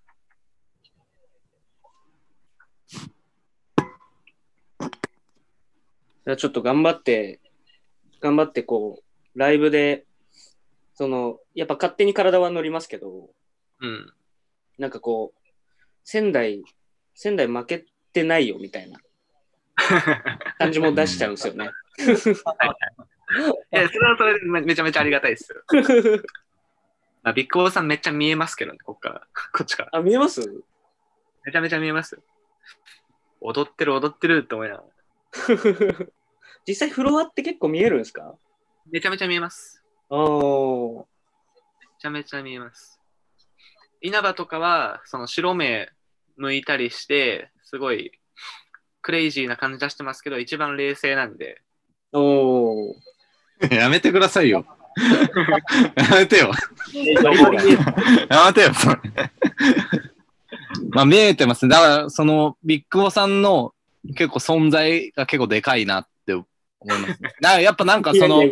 ちょっと頑張ってこう、ライブで、やっぱ勝手に体は乗りますけど、 うん。 なんかこう、仙台負けてないよみたいな感じも出しちゃうんですよね。 いや、それはそれでめちゃめちゃありがたいですよ。まあ、ビッグボーさんめっちゃ見えますけどね、こっちから。 あ、見えます？ めちゃめちゃ見えますよ。踊ってるって思いながら。 実際フロアって結構見えるんですか？ めちゃめちゃ見えます。 おー。 めちゃめちゃ見えます。稲葉とかは、その白目向いたりして、すごいクレイジーな感じ出してますけど、一番冷静なんで。 おー。やめてくださいよ。やめてよ。やめてよ、それ。まあ見えてます。だから、そのビッグボさんの結構存在が結構でかいなって思います、ね。やっぱなんかその、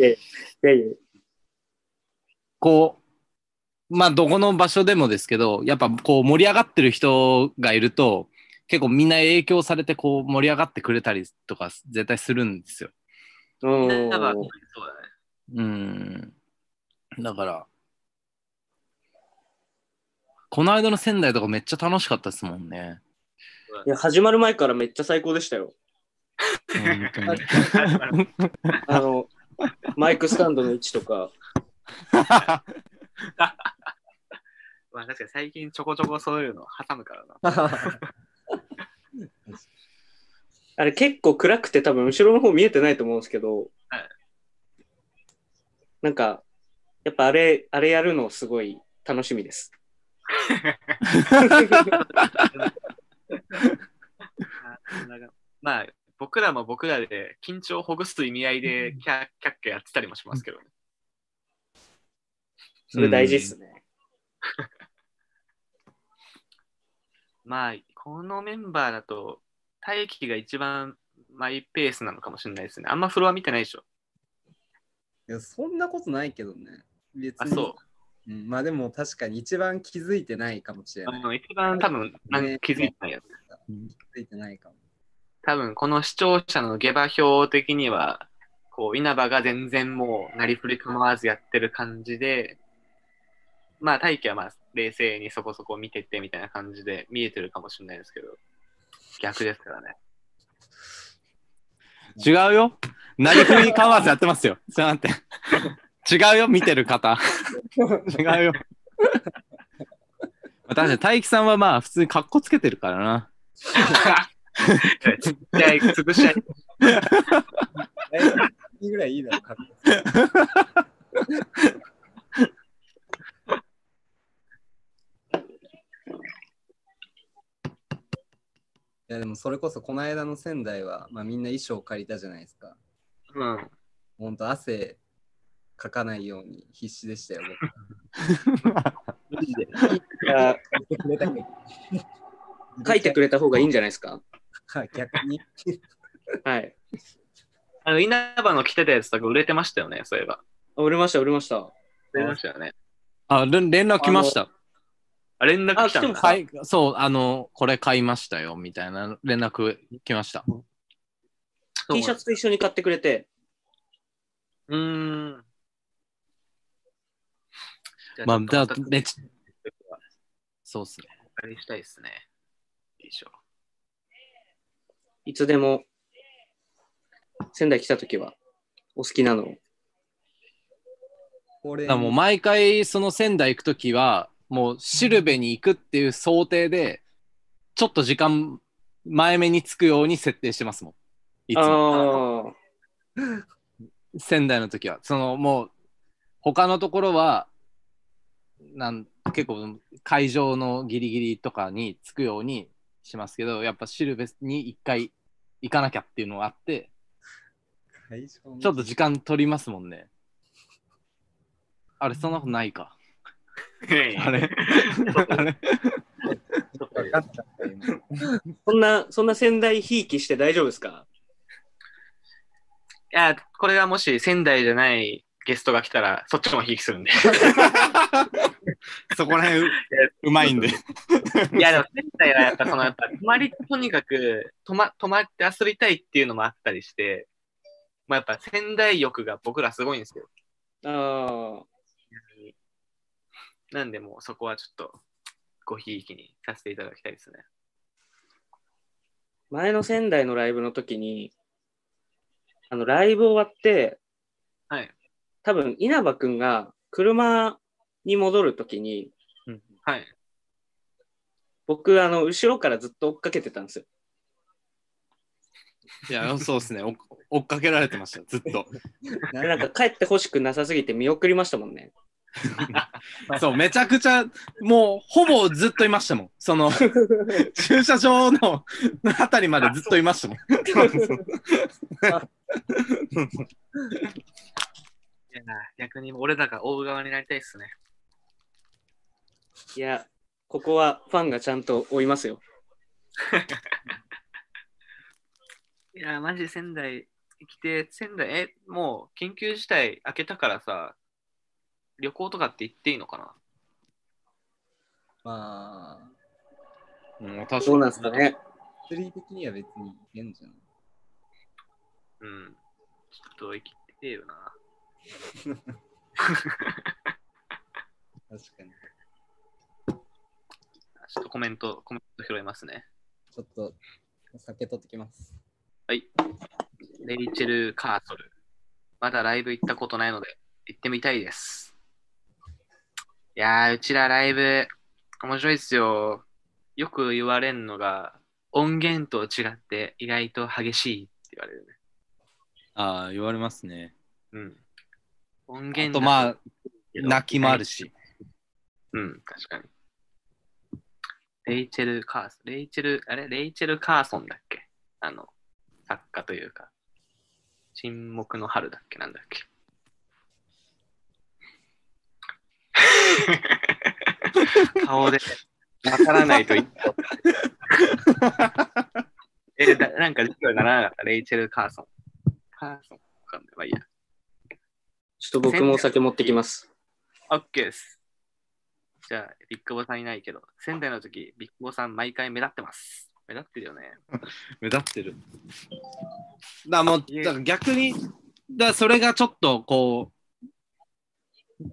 こう、まあどこの場所でもですけど、やっぱこう盛り上がってる人がいると、結構みんな影響されてこう盛り上がってくれたりとか絶対するんですよ。 稲葉そうだね。 だから、この間の仙台とかめっちゃ楽しかったですもんね。 いや、始まる前からめっちゃ最高でしたよ。マイクスタンドの位置とか。 まあ確かに最近ちょこちょこそういうの挟むからな。 あれ結構暗くて多分後ろの方見えてないと思うんですけど、 はい、 なんかやっぱあれやるのすごい楽しみです。 まあ僕らも僕らで緊張をほぐす意味合いでキャッキャやってたりもしますけどね。 それ大事っすね。 まあこのメンバーだと大輝が一番マイペースなのかもしれないですね。あんまフロア見てないでしょ。 いや、そんなことないけどね。別に。 あ、そう。 まあでも確かに一番気づいてないかもしれない。 一番多分気づいてないやつ。 気づいてないかも。 多分この視聴者の下馬評的には、こう稲葉が全然もうなりふり構わずやってる感じで、まあ大輝はまあ冷静にそこそこ見ててみたいな感じで見えてるかもしれないですけど、逆ですからね。 違うよ。なりふり構わずやってますよ。ちょっと待って。違うよ、見てる方。違うよ。確かに大輝さんはまあ普通にカッコつけてるからな。 ちっちゃい潰し合い。 いいぐらいいいだろ、カッコ。いやでもそれこそこの間の仙台は、まあ、みんな衣装借りたじゃないですか。 うん。 ほんと汗かかないように必死でしたよ。 書いてくれた方がいいんじゃないですか。 逆に。 はい。 稲葉の着てたやつとか売れてましたよね、そういえば。 売れました。 売れましたよね。 あ、連絡来ました。 連絡来たんだ。 そう、これ買いましたよ、みたいな連絡来ました。 T シャツと一緒に買ってくれて。 まあ、そうっすね。 お借りしたいっすね。いいでしょ。 いつでも、仙台来たときは、お好きなのを。だもう毎回、その仙台行くときは、もうシルベに行くっていう想定で、ちょっと時間前目に着くように設定してますもん。いつも。仙台の時は。もう、他のところは、結構会場のギリギリとかに着くようにしますけど、やっぱシルベに一回行かなきゃっていうのがあって、ちょっと時間取りますもんね。あれ、そんなことないか。あれそんな仙台ひいきして大丈夫ですか？ いや、これがもし仙台じゃないゲストが来たら、そっちもひいきするんで。 そこら辺うまいんで。 いや、でも仙台はやっぱとにかく泊まって遊びたいっていうのもあったりして、 まあやっぱ仙台欲が僕らすごいんですよ。 ああ。 なんでもうそこはちょっとごひいきにさせていただきたいですね。 前の仙台のライブの時に、ライブ終わって、 はい。 多分稲葉くんが車に戻る時に、 はい。 僕、後ろからずっと追っかけてたんですよ。 いや、そうですね。追っかけられてました、ずっと。 なんか帰ってほしくなさすぎて見送りましたもんね。 そう、めちゃくちゃ、もう、ほぼずっといましたもん。その、駐車場のあたりまでずっといましたもん。 いや逆に俺らが追う側になりたいっすね。 いや、ここはファンがちゃんと追いますよ。 いや、マジ仙台来て、仙台、もう緊急事態明けたからさ、旅行とかって行っていいのかな？ まあ、 確かに。 そうなんですかね。 物理的には別にいけんじゃん。 うん。ちょっと生きてよな。 確かに。 ちょっとコメント拾いますね。 ちょっと、酒取ってきます。 はい。レイチェル・カーソル。まだライブ行ったことないので、行ってみたいです。いやー、うちらライブ、面白いっすよ。よく言われるのが、音源と違って意外と激しいって言われるね。 ああ、言われますね。 うん。音源あと、まあ、泣きもあるし。 うん、確かに。レイチェル・カーソン。レイチェル・カーソンだっけ？作家というか。沈黙の春だっけ？なんだっけ？顔でわからないと言った。なんか実はならなかった。レイチェル・カーソン。カーソンかんない。まあいいや。 ちょっと僕もお酒持ってきます。 オッケーです。じゃあ、ビッグボさんいないけど、仙台の時、ビッグボさん毎回目立ってます。目立ってるよね。 目立ってる。だから逆に、それがちょっとこう、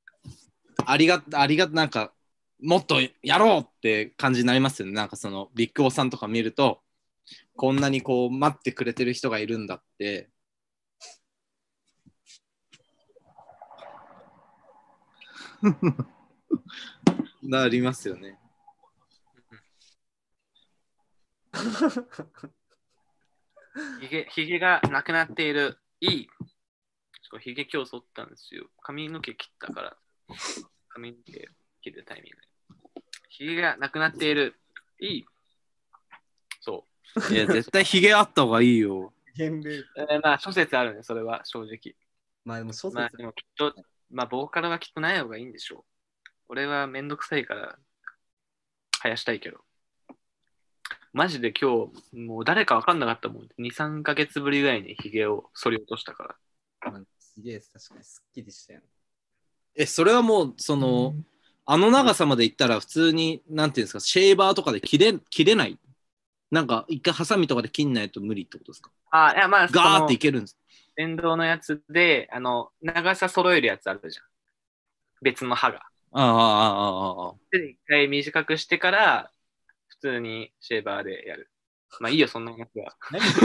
なんか、もっとやろうって感じになりますよね。なんかそのビッグボさんとか見ると、こんなにこう待ってくれてる人がいるんだって。なりますよね。 ひげがなくなっている。いい。ひげ今日剃ったんですよ。髪の毛切ったから。髪の毛切るタイミング。ひげがなくなっている。いい。そう。 いや、絶対ひげあった方がいいよ。 まあ、諸説あるね、それは正直。 まあでも諸説、 まあでもきっと、まあ、ボーカルはきっとない方がいいんでしょう。俺はめんどくさいから生やしたいけど。マジで今日、もう誰か分かんなかったもん。2、3ヶ月ぶりぐらいにヒゲを剃り落としたから。 すげえ、確かにすっきりしたよ。 それはもう、あの長さまでいったら普通に、なんていうんですか、シェーバーとかで切れない。なんか、一回ハサミとかで切んないと無理ってことですか？ いや、まあ、 ガーっていけるんです。 電動のやつで、長さ揃えるやつあるじゃん。別の刃が。で、一回短くしてから、普通にシェーバーでやる。まあいいよ、そんな話は。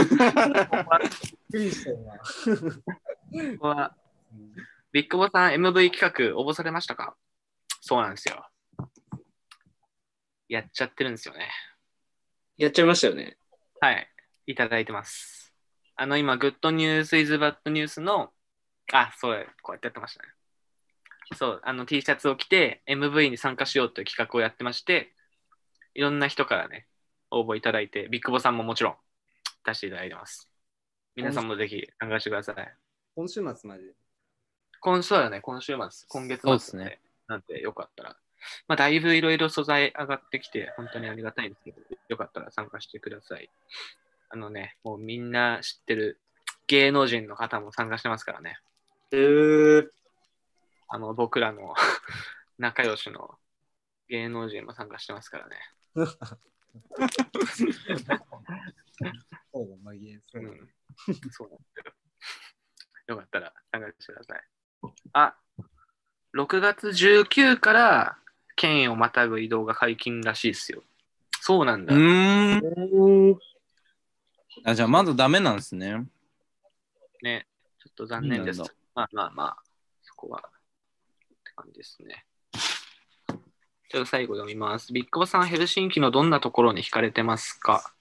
ビッグボさん MV 企画応募されましたか？そうなんですよ。やっちゃってるんですよね。 やっちゃいましたよね。 はい。いただいてます。今、グッドニュースイズバッドニュースの、そう、こうやってやってましたね。そう、T シャツを着て MV に参加しようという企画をやってまして、いろんな人からね、応募いただいて、ビッグボさんももちろん出していただいてます。皆さんもぜひ参加してください。 今週末まで。 今週末、今月末ですね。 なんてよかったら、まあだいぶいろいろ素材上がってきて、本当にありがたいんですけど、よかったら参加してください。もうみんな知ってる芸能人の方も参加してますからね。僕らの仲良しの芸能人も参加してますからね。 そうだ、まあ、そうなんですよ。 6月19から県をまたぐ移動が解禁らしいですよ。そうなんだ。 あ、じゃあまだダメなんですね。 ね、ちょっと残念です。まあ、そこはって感じですね。ちょっと最後読みます。ビッグボスさん、ヘルシンキのどんなところに惹かれてますか？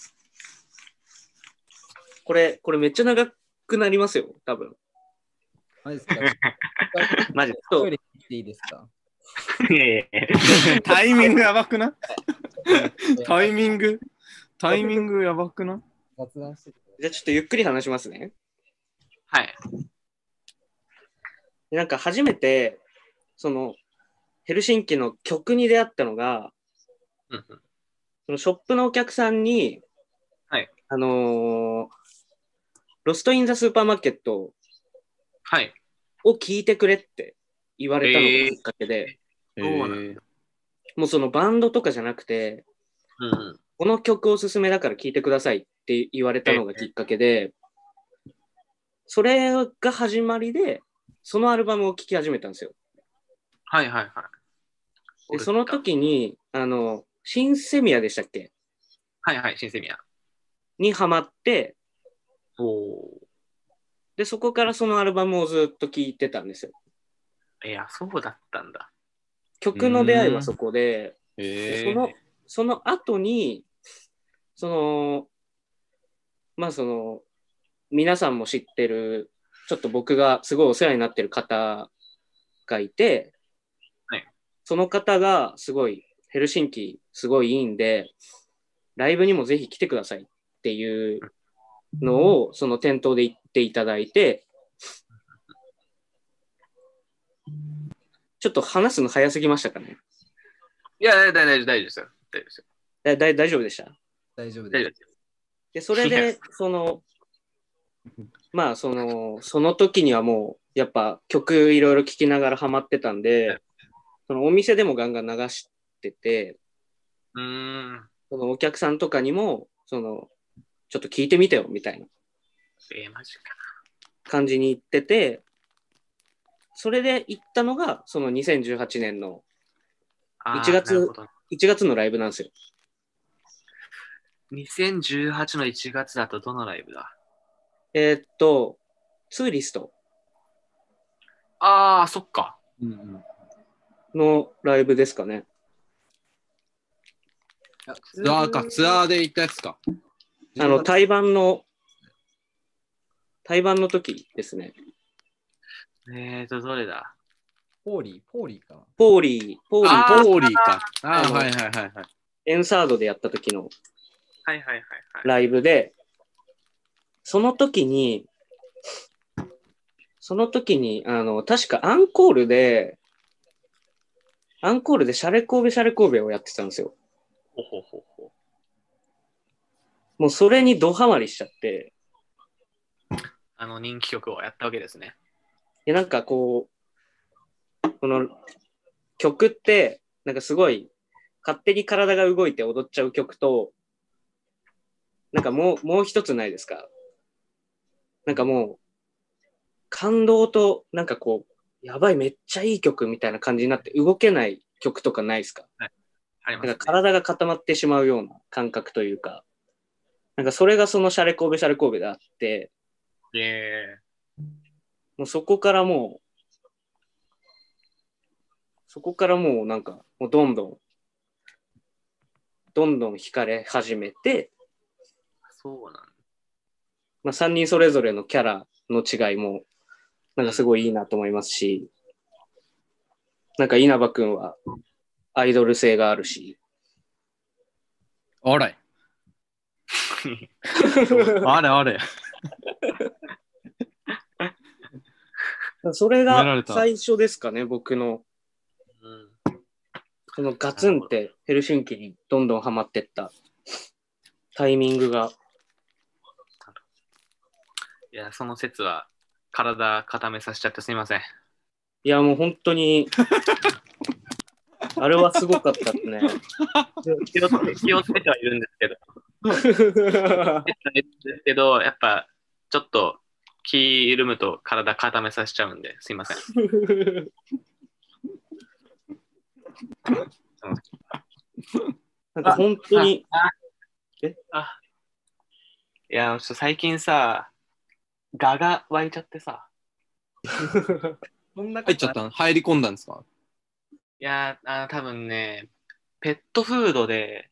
これめっちゃ長くなりますよ、多分。 マジですか？ マジで。 トイレ行っていいですか？ いやいやいやタイミングやばくない？タイミングやばくない？ 雑談してて。 じゃあちょっとゆっくり話しますね。 はい。 なんか初めて、その、ヘルシンキの曲に出会ったのが、そのショップのお客さんに、 はい。 ロスト・イン・ザ・スーパーマーケットはい。 を聞いてくれって言われたのがきっかけで、もうそのバンドとかじゃなくて、この曲おすすめだから聴いてくださいって言われたのがきっかけで、それが始まりで、そのアルバムを聴き始めたんですよ。 はいはいはい。 でその時に、シンセミアでしたっけ？ はいはい、シンセミア。 にハマって、 おで、そこからそのアルバムをずっと聴いてたんですよ。 いや、そうだったんだ。 曲の出会いはそこで、その後に、皆さんも知ってる、ちょっと僕がすごいお世話になってる方がいて、 はい、 その方がすごい、ヘルシンキすごいいいんで、ライブにもぜひ来てくださいっていうのを、その店頭で言っていただいて、ちょっと話すの早すぎましたかね？ いや、大丈夫ですよ。 大丈夫でした？ 大丈夫です。 で、それで、その時にはもう、やっぱ曲いろいろ聴きながらハマってたんで、そのお店でもガンガン流してて、そのお客さんとかにも、ちょっと聞いてみてよ、みたいなマジか感じに言ってて、それで行ったのが、その2018年の1月のライブなんですよ。 2018の1月だとどのライブだ？ ツーリスト。 ああ、そっか。 のライブですかね。 ツアーで行ったやつか。 対バンの時ですね。 どれだ？ ポーリーかな。 ポーリーか。はい。 エンサードでやった時のはい。 ライブで、その時に、確かアンコールでシャレ神戸をやってたんですよ。もうそれにドハマりしちゃって。 人気曲をやったわけですね。 なんかこの曲って、なんかすごい勝手に体が動いて踊っちゃう曲と、なんかもう一つないですか？なんかもう、感動と、なんかこう、やばい、めっちゃいい曲みたいな感じになって動けない曲とかないですか？ はい。ありますね。 なんか体が固まってしまうような感覚というか、なんかそれがそのシャレ神戸であって、もうそこからもうなんか、もうどんどん惹かれ始めて、 そうなんだ。3人それぞれのキャラの違いも、なんかすごいいいなと思いますし、なんか稲葉くんはアイドル性があるし。 あれあれそれが最初ですかね、僕の。そのガツンってヘルシンキにどんどんハマってったタイミングが。 いや、その説は体固めさせちゃってすみません。 いや、もう本当に、あれはすごかったですね。 気をつけてはいるんですけど、やっぱちょっと気緩むと体固めさせちゃうんで、すいません。 なんか本当に。 いや、最近さ、蛾が湧いちゃってさ。 そんな入っちゃったの？入り込んだんですか？ いや、多分ね、ペットフードで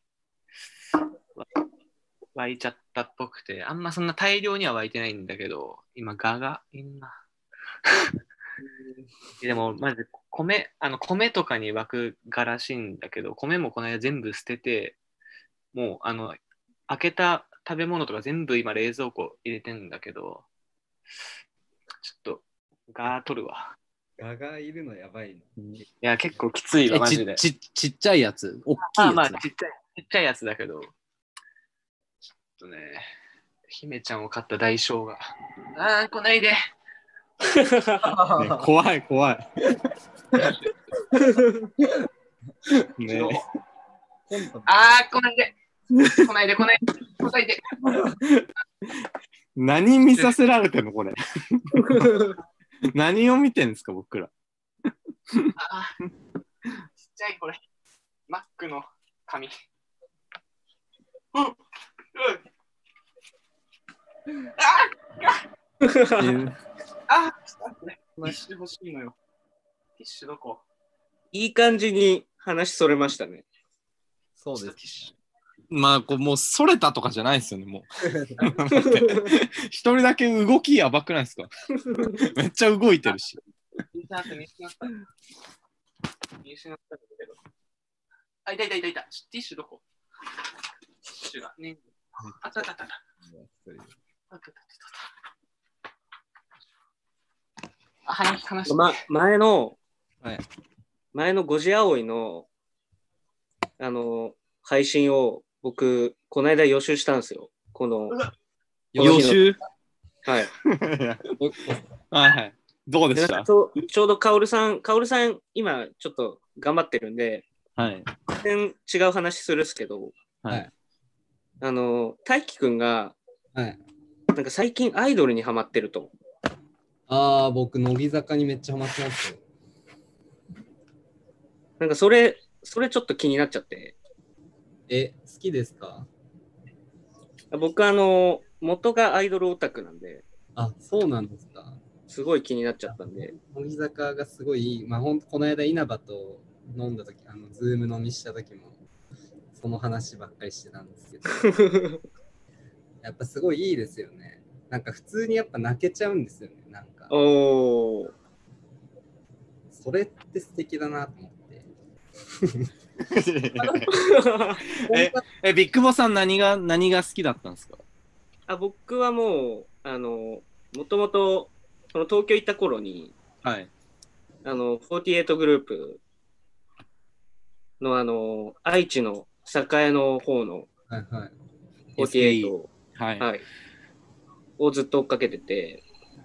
湧いちゃったっぽくて、あんまそんな大量には湧いてないんだけど、今、蛾がいんな。でも、まず米とかに湧く蛾らしいんだけど、米もこの間全部捨てて、もう、開けた食べ物とか全部今冷蔵庫入れてんだけど、ちょっと、蛾取るわ。 蛾がいるのやばいな。 いや、結構きついわ、マジで。 ちっちゃいやつ？大きいやつ？ まあ、ちっちゃいやつだけど、ちょっとね、姫ちゃんを飼った代償が。来ないで。 ね、怖い。ね、 来ないで。 何見させられてんのこれ。何を見てんですか僕ら。 ちっちゃいこれ。マックの紙。ティッシュ欲しいのよ。ティッシュどこ？ いい感じに話それましたね。 そうです。 まあもうそれたとかじゃないですよね、もう。一人だけ動きやばくないですか？めっちゃ動いてるし。 見失ったけど。いた。ティッシュどこ？ティッシュがね。あった。話前の5時葵の配信を僕この間予習したんですよ。 予習？ はい。 はい。どうでした？ ちょうどカオルさん今ちょっと頑張ってるんで、 はい。 全然違う話するっすけど、 はい。 大輝くんが、 はい、 なんか最近アイドルにハマってると。 僕乃木坂にめっちゃハマってますよ。 なんかそれちょっと気になっちゃって。 好きですか？ 僕元がアイドルオタクなんで。 そうなんですか。 すごい気になっちゃったんで。 乃木坂がすごい、ほんとこの間稲葉と飲んだ時、ズーム飲みした時もその話ばっかりしてたんですけどやっぱすごいいいですよね。なんか普通にやっぱ泣けちゃうんですよね。なんかそれって素敵だなと思ってビッグボさん何が好きだったんですか？ 僕はもうもともとその東京行った頃に、 はい、 48グループの愛知の栄の方の48、 はいはい、 をずっと追っかけてて、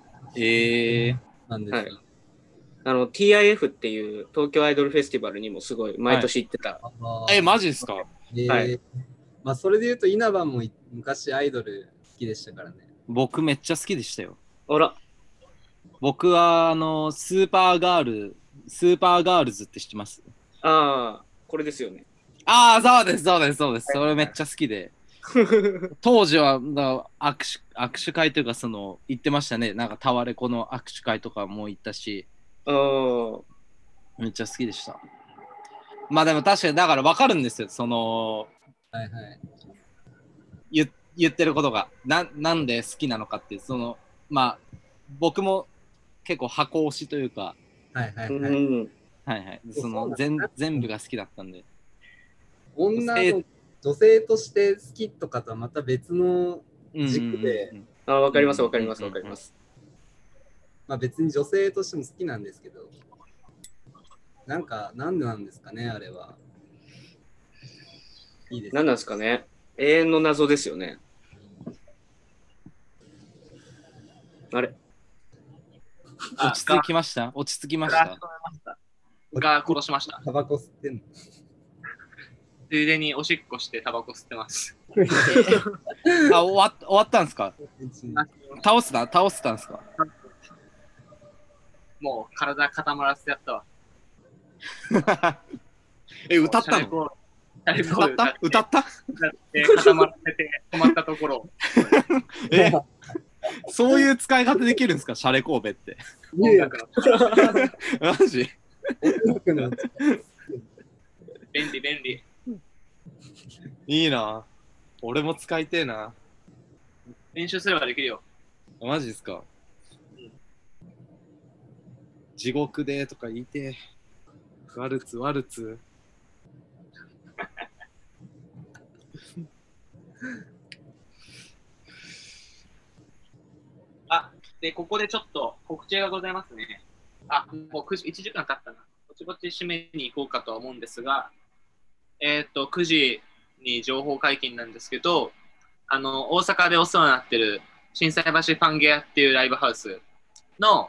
なんですか、はい、 TIF っていう東京アイドルフェスティバルにもすごい毎年行ってた。 マジですか？ はい。 それで言うと稲葉も昔アイドル好きでしたからね。 僕めっちゃ好きでしたよ。 あら。 僕はスーパーガールズって知ってます？ これですよね。 そうです。それめっちゃ好きで。当時は握手会というか行ってましたね。なんかタワレコの握手会とかも行ったし。めっちゃ好きでした。まあでも確かにだから分かるんですよ。言ってることがなんで好きなのかっていう僕も結構箱推しというか、全部が好きだったんで。 女の女性として好きとかとはまた別の軸で。 わかります。 別に女性としても好きなんですけど、なんでなんですかね、あれは。 いいですね。なんなんですかね。永遠の謎ですよね。あれ？ 落ち着きました。 が殺しました。 タバコ吸ってんの？ ついでにおしっこしてタバコ吸ってます。 終わったんですか？倒したんですか？ もう体固まらせてやったわ。 歌ったの？歌った固まってて止まったところ。 そういう使い方できるんですか、シャレ神戸って。 音楽のマジ便利。 いいな。俺も使いてえな。 練習すればできるよ。 マジですか。地獄でとか言いてえ。ワルツ。 で、ここでちょっと告知がございますね。もう1時間経ったな。ぼちぼち締めに行こうかとは思うんですが、9時に情報解禁なんですけど、大阪でお世話になってる心斎橋パンゲアっていうライブハウスの、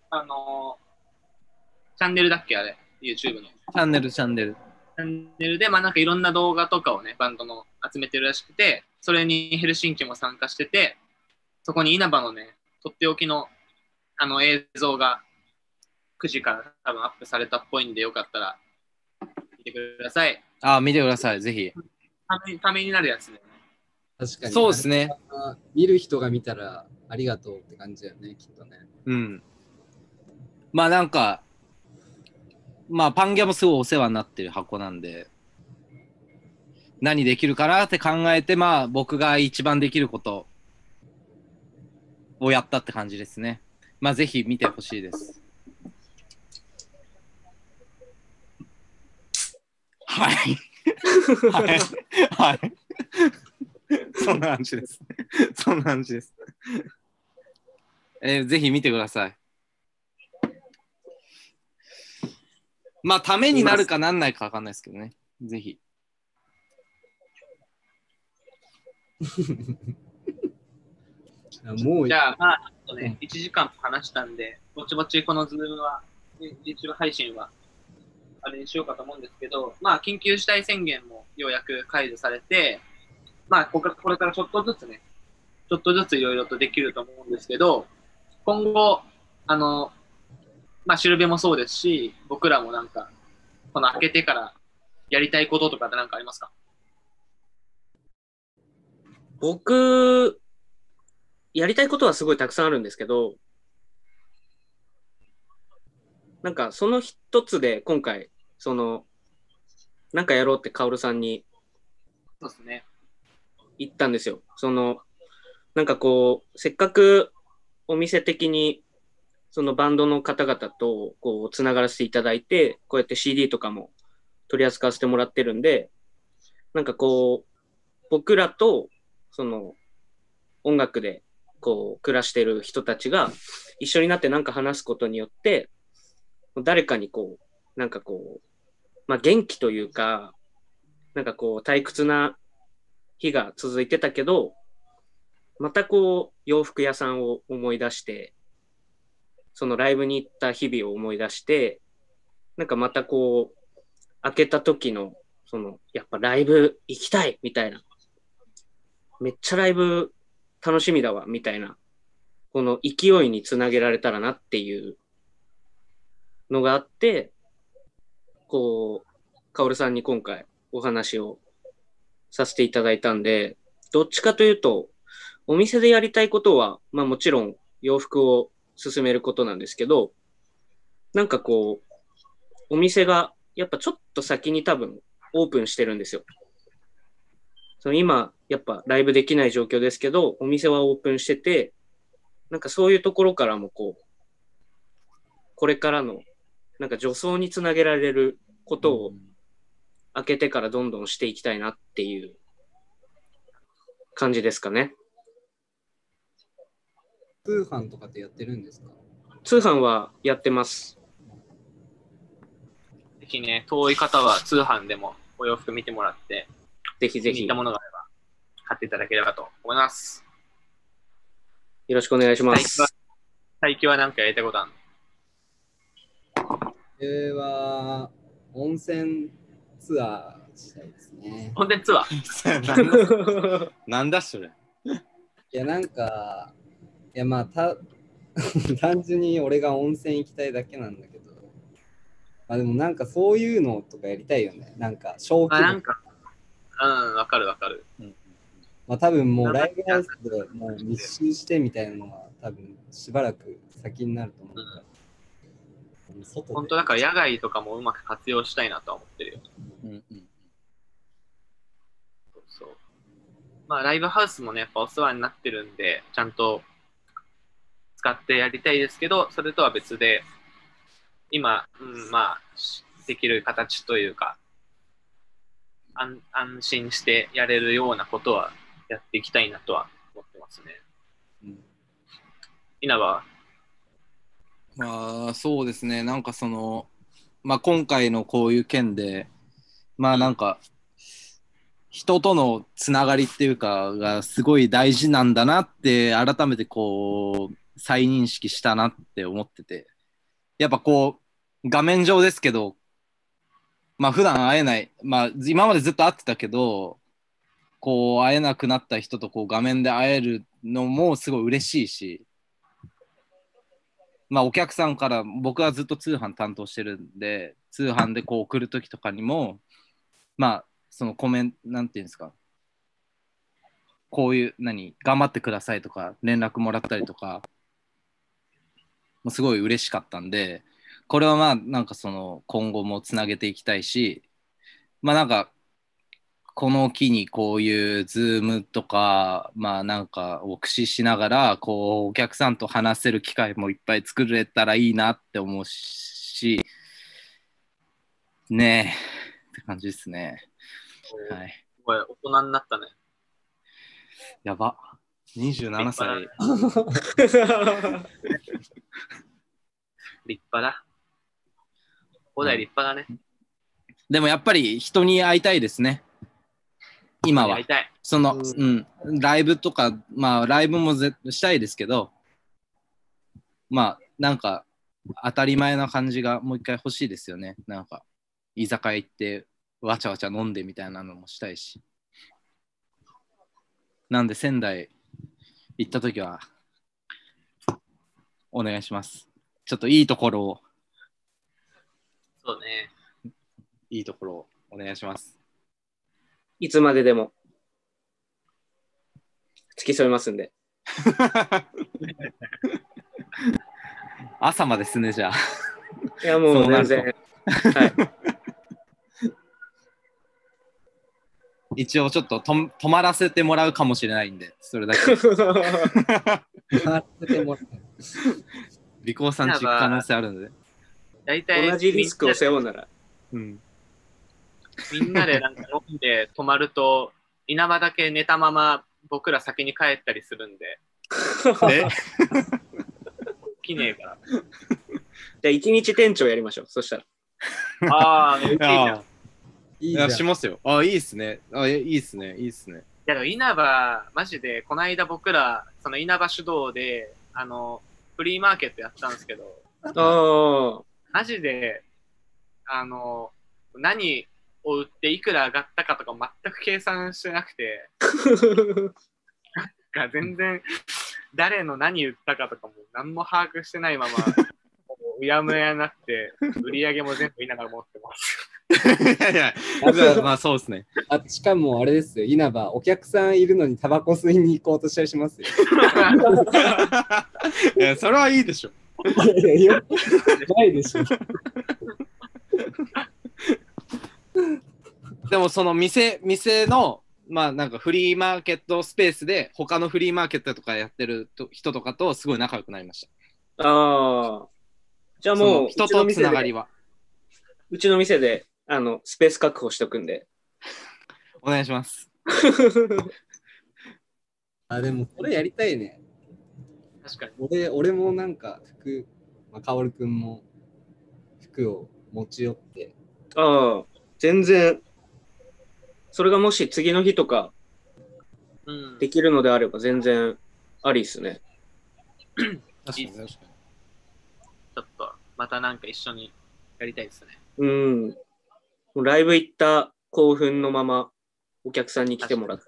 チャンネルだっけあれ、YouTube の。チャンネルで、なんかいろんな動画とかをね、バンドの集めてるらしくて、それにヘルシンキも参加してて、そこに稲葉のね、とっておきの映像が9時から多分アップされたっぽいんで、よかったら見てください。 見てください、ぜひ。 ためになるやつね。 確かに。 そうですね。 見る人が見たらありがとうって感じだよね、きっとね。 うん。なんか、パンギャもすごいお世話になってる箱なんで、何できるかなって考えて、僕が一番できることをやったって感じですね。ぜひ見てほしいです。はい。はい。そんな感じです。ぜひ見てください。ためになるかなんないかわかんないですけどね。ぜひ。 じゃあ、ちょっとね、1時間話したんで、ぼちぼちこのズームは、YouTube 配信は、あれにしようかと思うんですけど、緊急事態宣言もようやく解除されて、これからちょっとずついろいろとできると思うんですけど、今後、しるべもそうですし、僕らもなんか、この開けてからやりたいこととかって何かありますか？ 僕、やりたいことはすごいたくさんあるんですけど、なんかその一つで今回、なんかやろうってカオルさんにそうですね。 言ったんですよ。なんかせっかくお店的にそのバンドの方々とつながらせていただいて、こうやって CD とかも取り扱わせてもらってるんで、なんか僕らと音楽で暮らしてる人たちが一緒になってなんか話すことによって、誰かになんか元気というか、なんか退屈な日が続いてたけど、また洋服屋さんを思い出して、そのライブに行った日々を思い出して、なんかまた開けた時の、やっぱライブ行きたいみたいな。めっちゃライブ楽しみだわみたいな。この勢いにつなげられたらなっていうのがあって、カオルさんに今回お話をさせていただいたんで、どっちかというと、お店でやりたいことは、もちろん洋服を進めることなんですけど、なんかお店がやっぱちょっと先に多分オープンしてるんですよ。今、やっぱライブできない状況ですけど、お店はオープンしてて、なんかそういうところからもこれからのなんか助走につなげられることを開けてからどんどんしていきたいなっていう感じですかね。 通販とかってやってるんですか？ 通販はやってます。 ぜひね、遠い方は通販でもお洋服見てもらって、 ぜひぜひ。 気に入ったものがあれば買っていただければと思います。 よろしくお願いします。 最近は何かやりたいことあるの？は温泉ツアーしたいですね。 温泉ツアーなんだそれ。 いやなんか単純に俺が温泉行きたいだけなんだけど、 あ、でもなんかそういうのとかやりたいよね。なんか小規模。 なんか、わかるわかる。 まあ多分もうライブハウスでもう密集してみたいなのは多分しばらく先になると思うから。 本当だから野外とかもうまく活用したいなとは思ってるよ。そう。まあライブハウスもね、やっぱお世話になってるんで、ちゃんと使ってやりたいですけど、それとは別で、今、まあ、できる形というか、安心してやれるようなことはやっていきたいなとは思ってますね。稲葉はまあそうですね、なんかその、まあ今回のこういう件で、まあなんか、人とのつながりっていうかがすごい大事なんだなって改めてこう再認識したなって思ってて、やっぱこう画面上ですけど、まあ普段会えない、まあ今までずっと会ってたけど、こう会えなくなった人とこう画面で会えるのもすごい嬉しいし、まあお客さんから僕はずっと通販担当してるんで、通販でこう送る時とかにも、まあそのコメントなんていうんですか、こういう頑張ってくださいとか連絡もらったりとかもすごい嬉しかったんで、これはまあなんかその今後もつなげていきたいし、まあなんかこの機にこういうズームとかまあなんかを駆使しながらこうお客さんと話せる機会もいっぱい作れたらいいなって思うしねえって感じですね。はい。 すごい大人になったね。 やば。27歳。 立派だ。五代立派だね。 でもやっぱり人に会いたいですね。今は。その、ライブとか、まあライブもしたいですけど、まあなんか当たり前な感じがもう一回欲しいですよね。なんか居酒屋行ってわちゃわちゃ飲んでみたいなのもしたいし。なんで仙台行った時はお願いします。ちょっといいところを。 そうね。 いいところをお願いします。 いつまででも付き添いますんで。 朝まですね、じゃあ。 いや、もう全然。はい。 一応ちょっと泊まらせてもらうかもしれないんで、それだけ。泊まらせてもらう。リコーさんち可能性あるので。 大体同じリスクを背負うなら。 みんなでなんか飲んで泊まると、稲葉だけ寝たまま僕ら先に帰ったりするんで。起きねえから。 じゃあ一日店長やりましょう。そしたら。 ああ、いいじゃん。 いや、しますよ。いいっすね。いいっすね。いいっすね。 いや、稲葉、マジで、この間僕ら、その稲葉主導で、フリーマーケットやったんですけど、マジで、何を売っていくら上がったかとか全く計算してなくて、なんか全然、誰の何売ったかとかも何も把握してないまま、うやむやになって、売り上げも全部稲葉持ってます。 いやいや、まあそうですね。 しかもあれですよ、稲葉、お客さんいるのにタバコ吸いに行こうとしたりしますよ。 いや、それはいいでしょ。 いや、ないでしょ。 でもその店の、まあなんかフリーマーケットスペースで、他のフリーマーケットとかやってる人とかとすごい仲良くなりました。 ああ。じゃあもう、 人とつながりは。 うちの店で、スペース確保しとくんで。 お願いします。 でもそれやりたいね。 確かに。 俺もなんか服、カオルくんも服を持ち寄って。 ああ、全然。それがもし次の日とか、できるのであれば全然ありっすね。 確かに。ちょっと、またなんか一緒にやりたいですね。 ライブ行った興奮のままお客さんに来てもらって。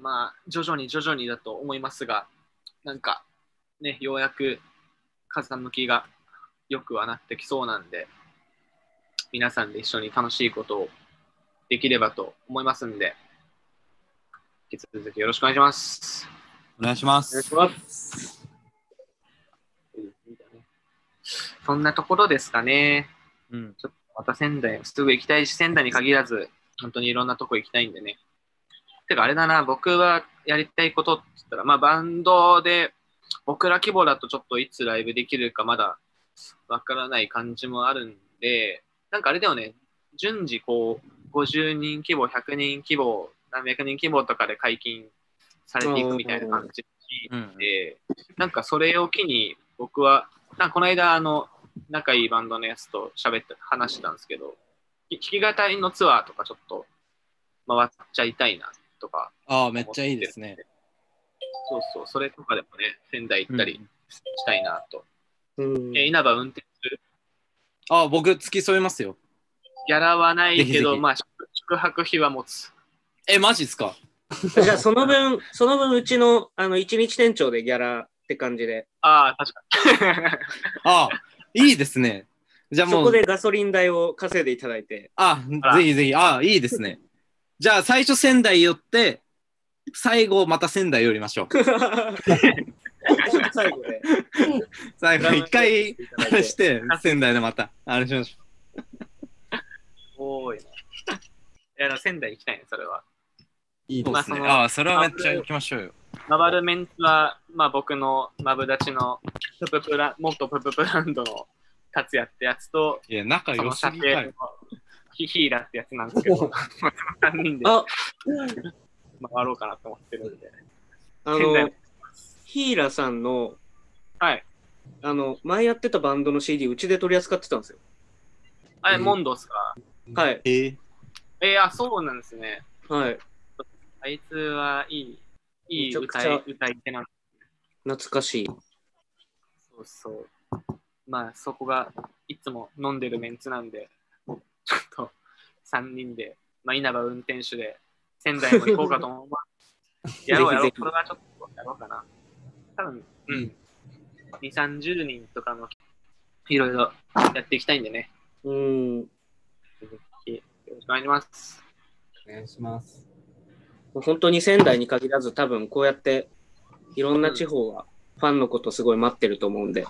まあ、徐々にだと思いますが、なんか、ね、ようやく風向きが良くはなってきそうなんで、皆さんで一緒に楽しいことをできればと思いますんで、引き続きよろしくお願いします。 お願いしまお願いします。 そんなところですかね。 うん。 ちょっとまた仙台、すぐ行きたいし、仙台に限らず、本当にいろんなとこ行きたいんでね。てかあれだな、僕はやりたいことって言ったら、まあバンドで、僕ら規模だとちょっといつライブできるかまだわからない感じもあるんで、なんかあれだよね、順次こう、50人規模、100人規模、何百人規模とかで解禁されていくみたいな感じで、なんかそれを機に僕は、なんかこの間仲いいバンドのやつと話したんですけど、弾き語りのツアーとかちょっと回っちゃいたいなとか。 ああ、めっちゃいいですね。 そうそう、それとかでもね、仙台行ったりしたいなと。稲葉運転する？ ああ、僕付き添いますよ。 ギャラはないけど、まあ宿泊費は持つ。 マジっすか？ じゃあその分うちの一日店長でギャラって感じで。 ああ、確かに。 ああ、いいですね。じゃあもう。 そこでガソリン代を稼いでいただいて。 ああ、ぜひぜひ。ああ、いいですね。じゃあ最初仙台寄って、最後また仙台寄りましょう。 最後で。 最後一回あれして仙台でまたあれしましょう。 おーい。いや、仙台行きたいね、それは。 いいですね。ああ、それはめっちゃ行きましょうよ。 回るメンツは、まあ僕のマブダチの元プププランドの達也ってやつと、 いや、仲良すぎたよ。 ヒーラってやつなんですけど、3人で回ろうかなと思ってるんで。 ヒーラさんの、 はい。 前やってたバンドの CD、うちで取り扱ってたんですよ。 あれ、モンドっすか？ はい。 あ、そうなんですね。 はい。 あいつはいい歌い手なんです。 懐かしい。 そうそう。まあ、そこがいつも飲んでるメンツなんで、ちょっと3人で、まあ、稲葉運転手で仙台も行こうかと思う。やろう。これはちょっとやろうかな。多分、2、30人とかのいろいろやっていきたいんでね。よろしくお願いします。 お願いします。 本当に仙台に限らず、多分こうやっていろんな地方はファンのことすごい待ってると思うんで、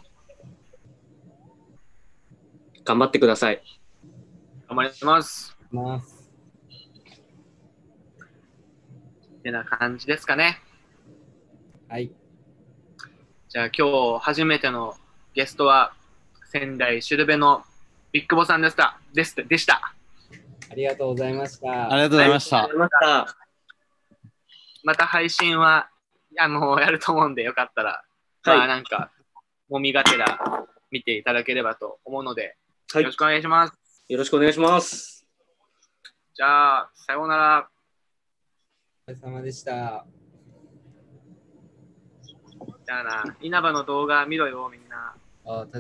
頑張ってください。 頑張ります。ってな感じですかね。 はい。 じゃあ今日初めてのゲストは仙台シュルベのビッグボさんでした。 ありがとうございました。 ありがとうございました。 また配信はやると思うんで、よかったら、まあなんかもみがてら見ていただければと思うので、よろしくお願いします。 よろしくお願いします。 じゃあさようなら。 お疲れ様でした。 じゃあな、稲葉の動画見ろよみんな。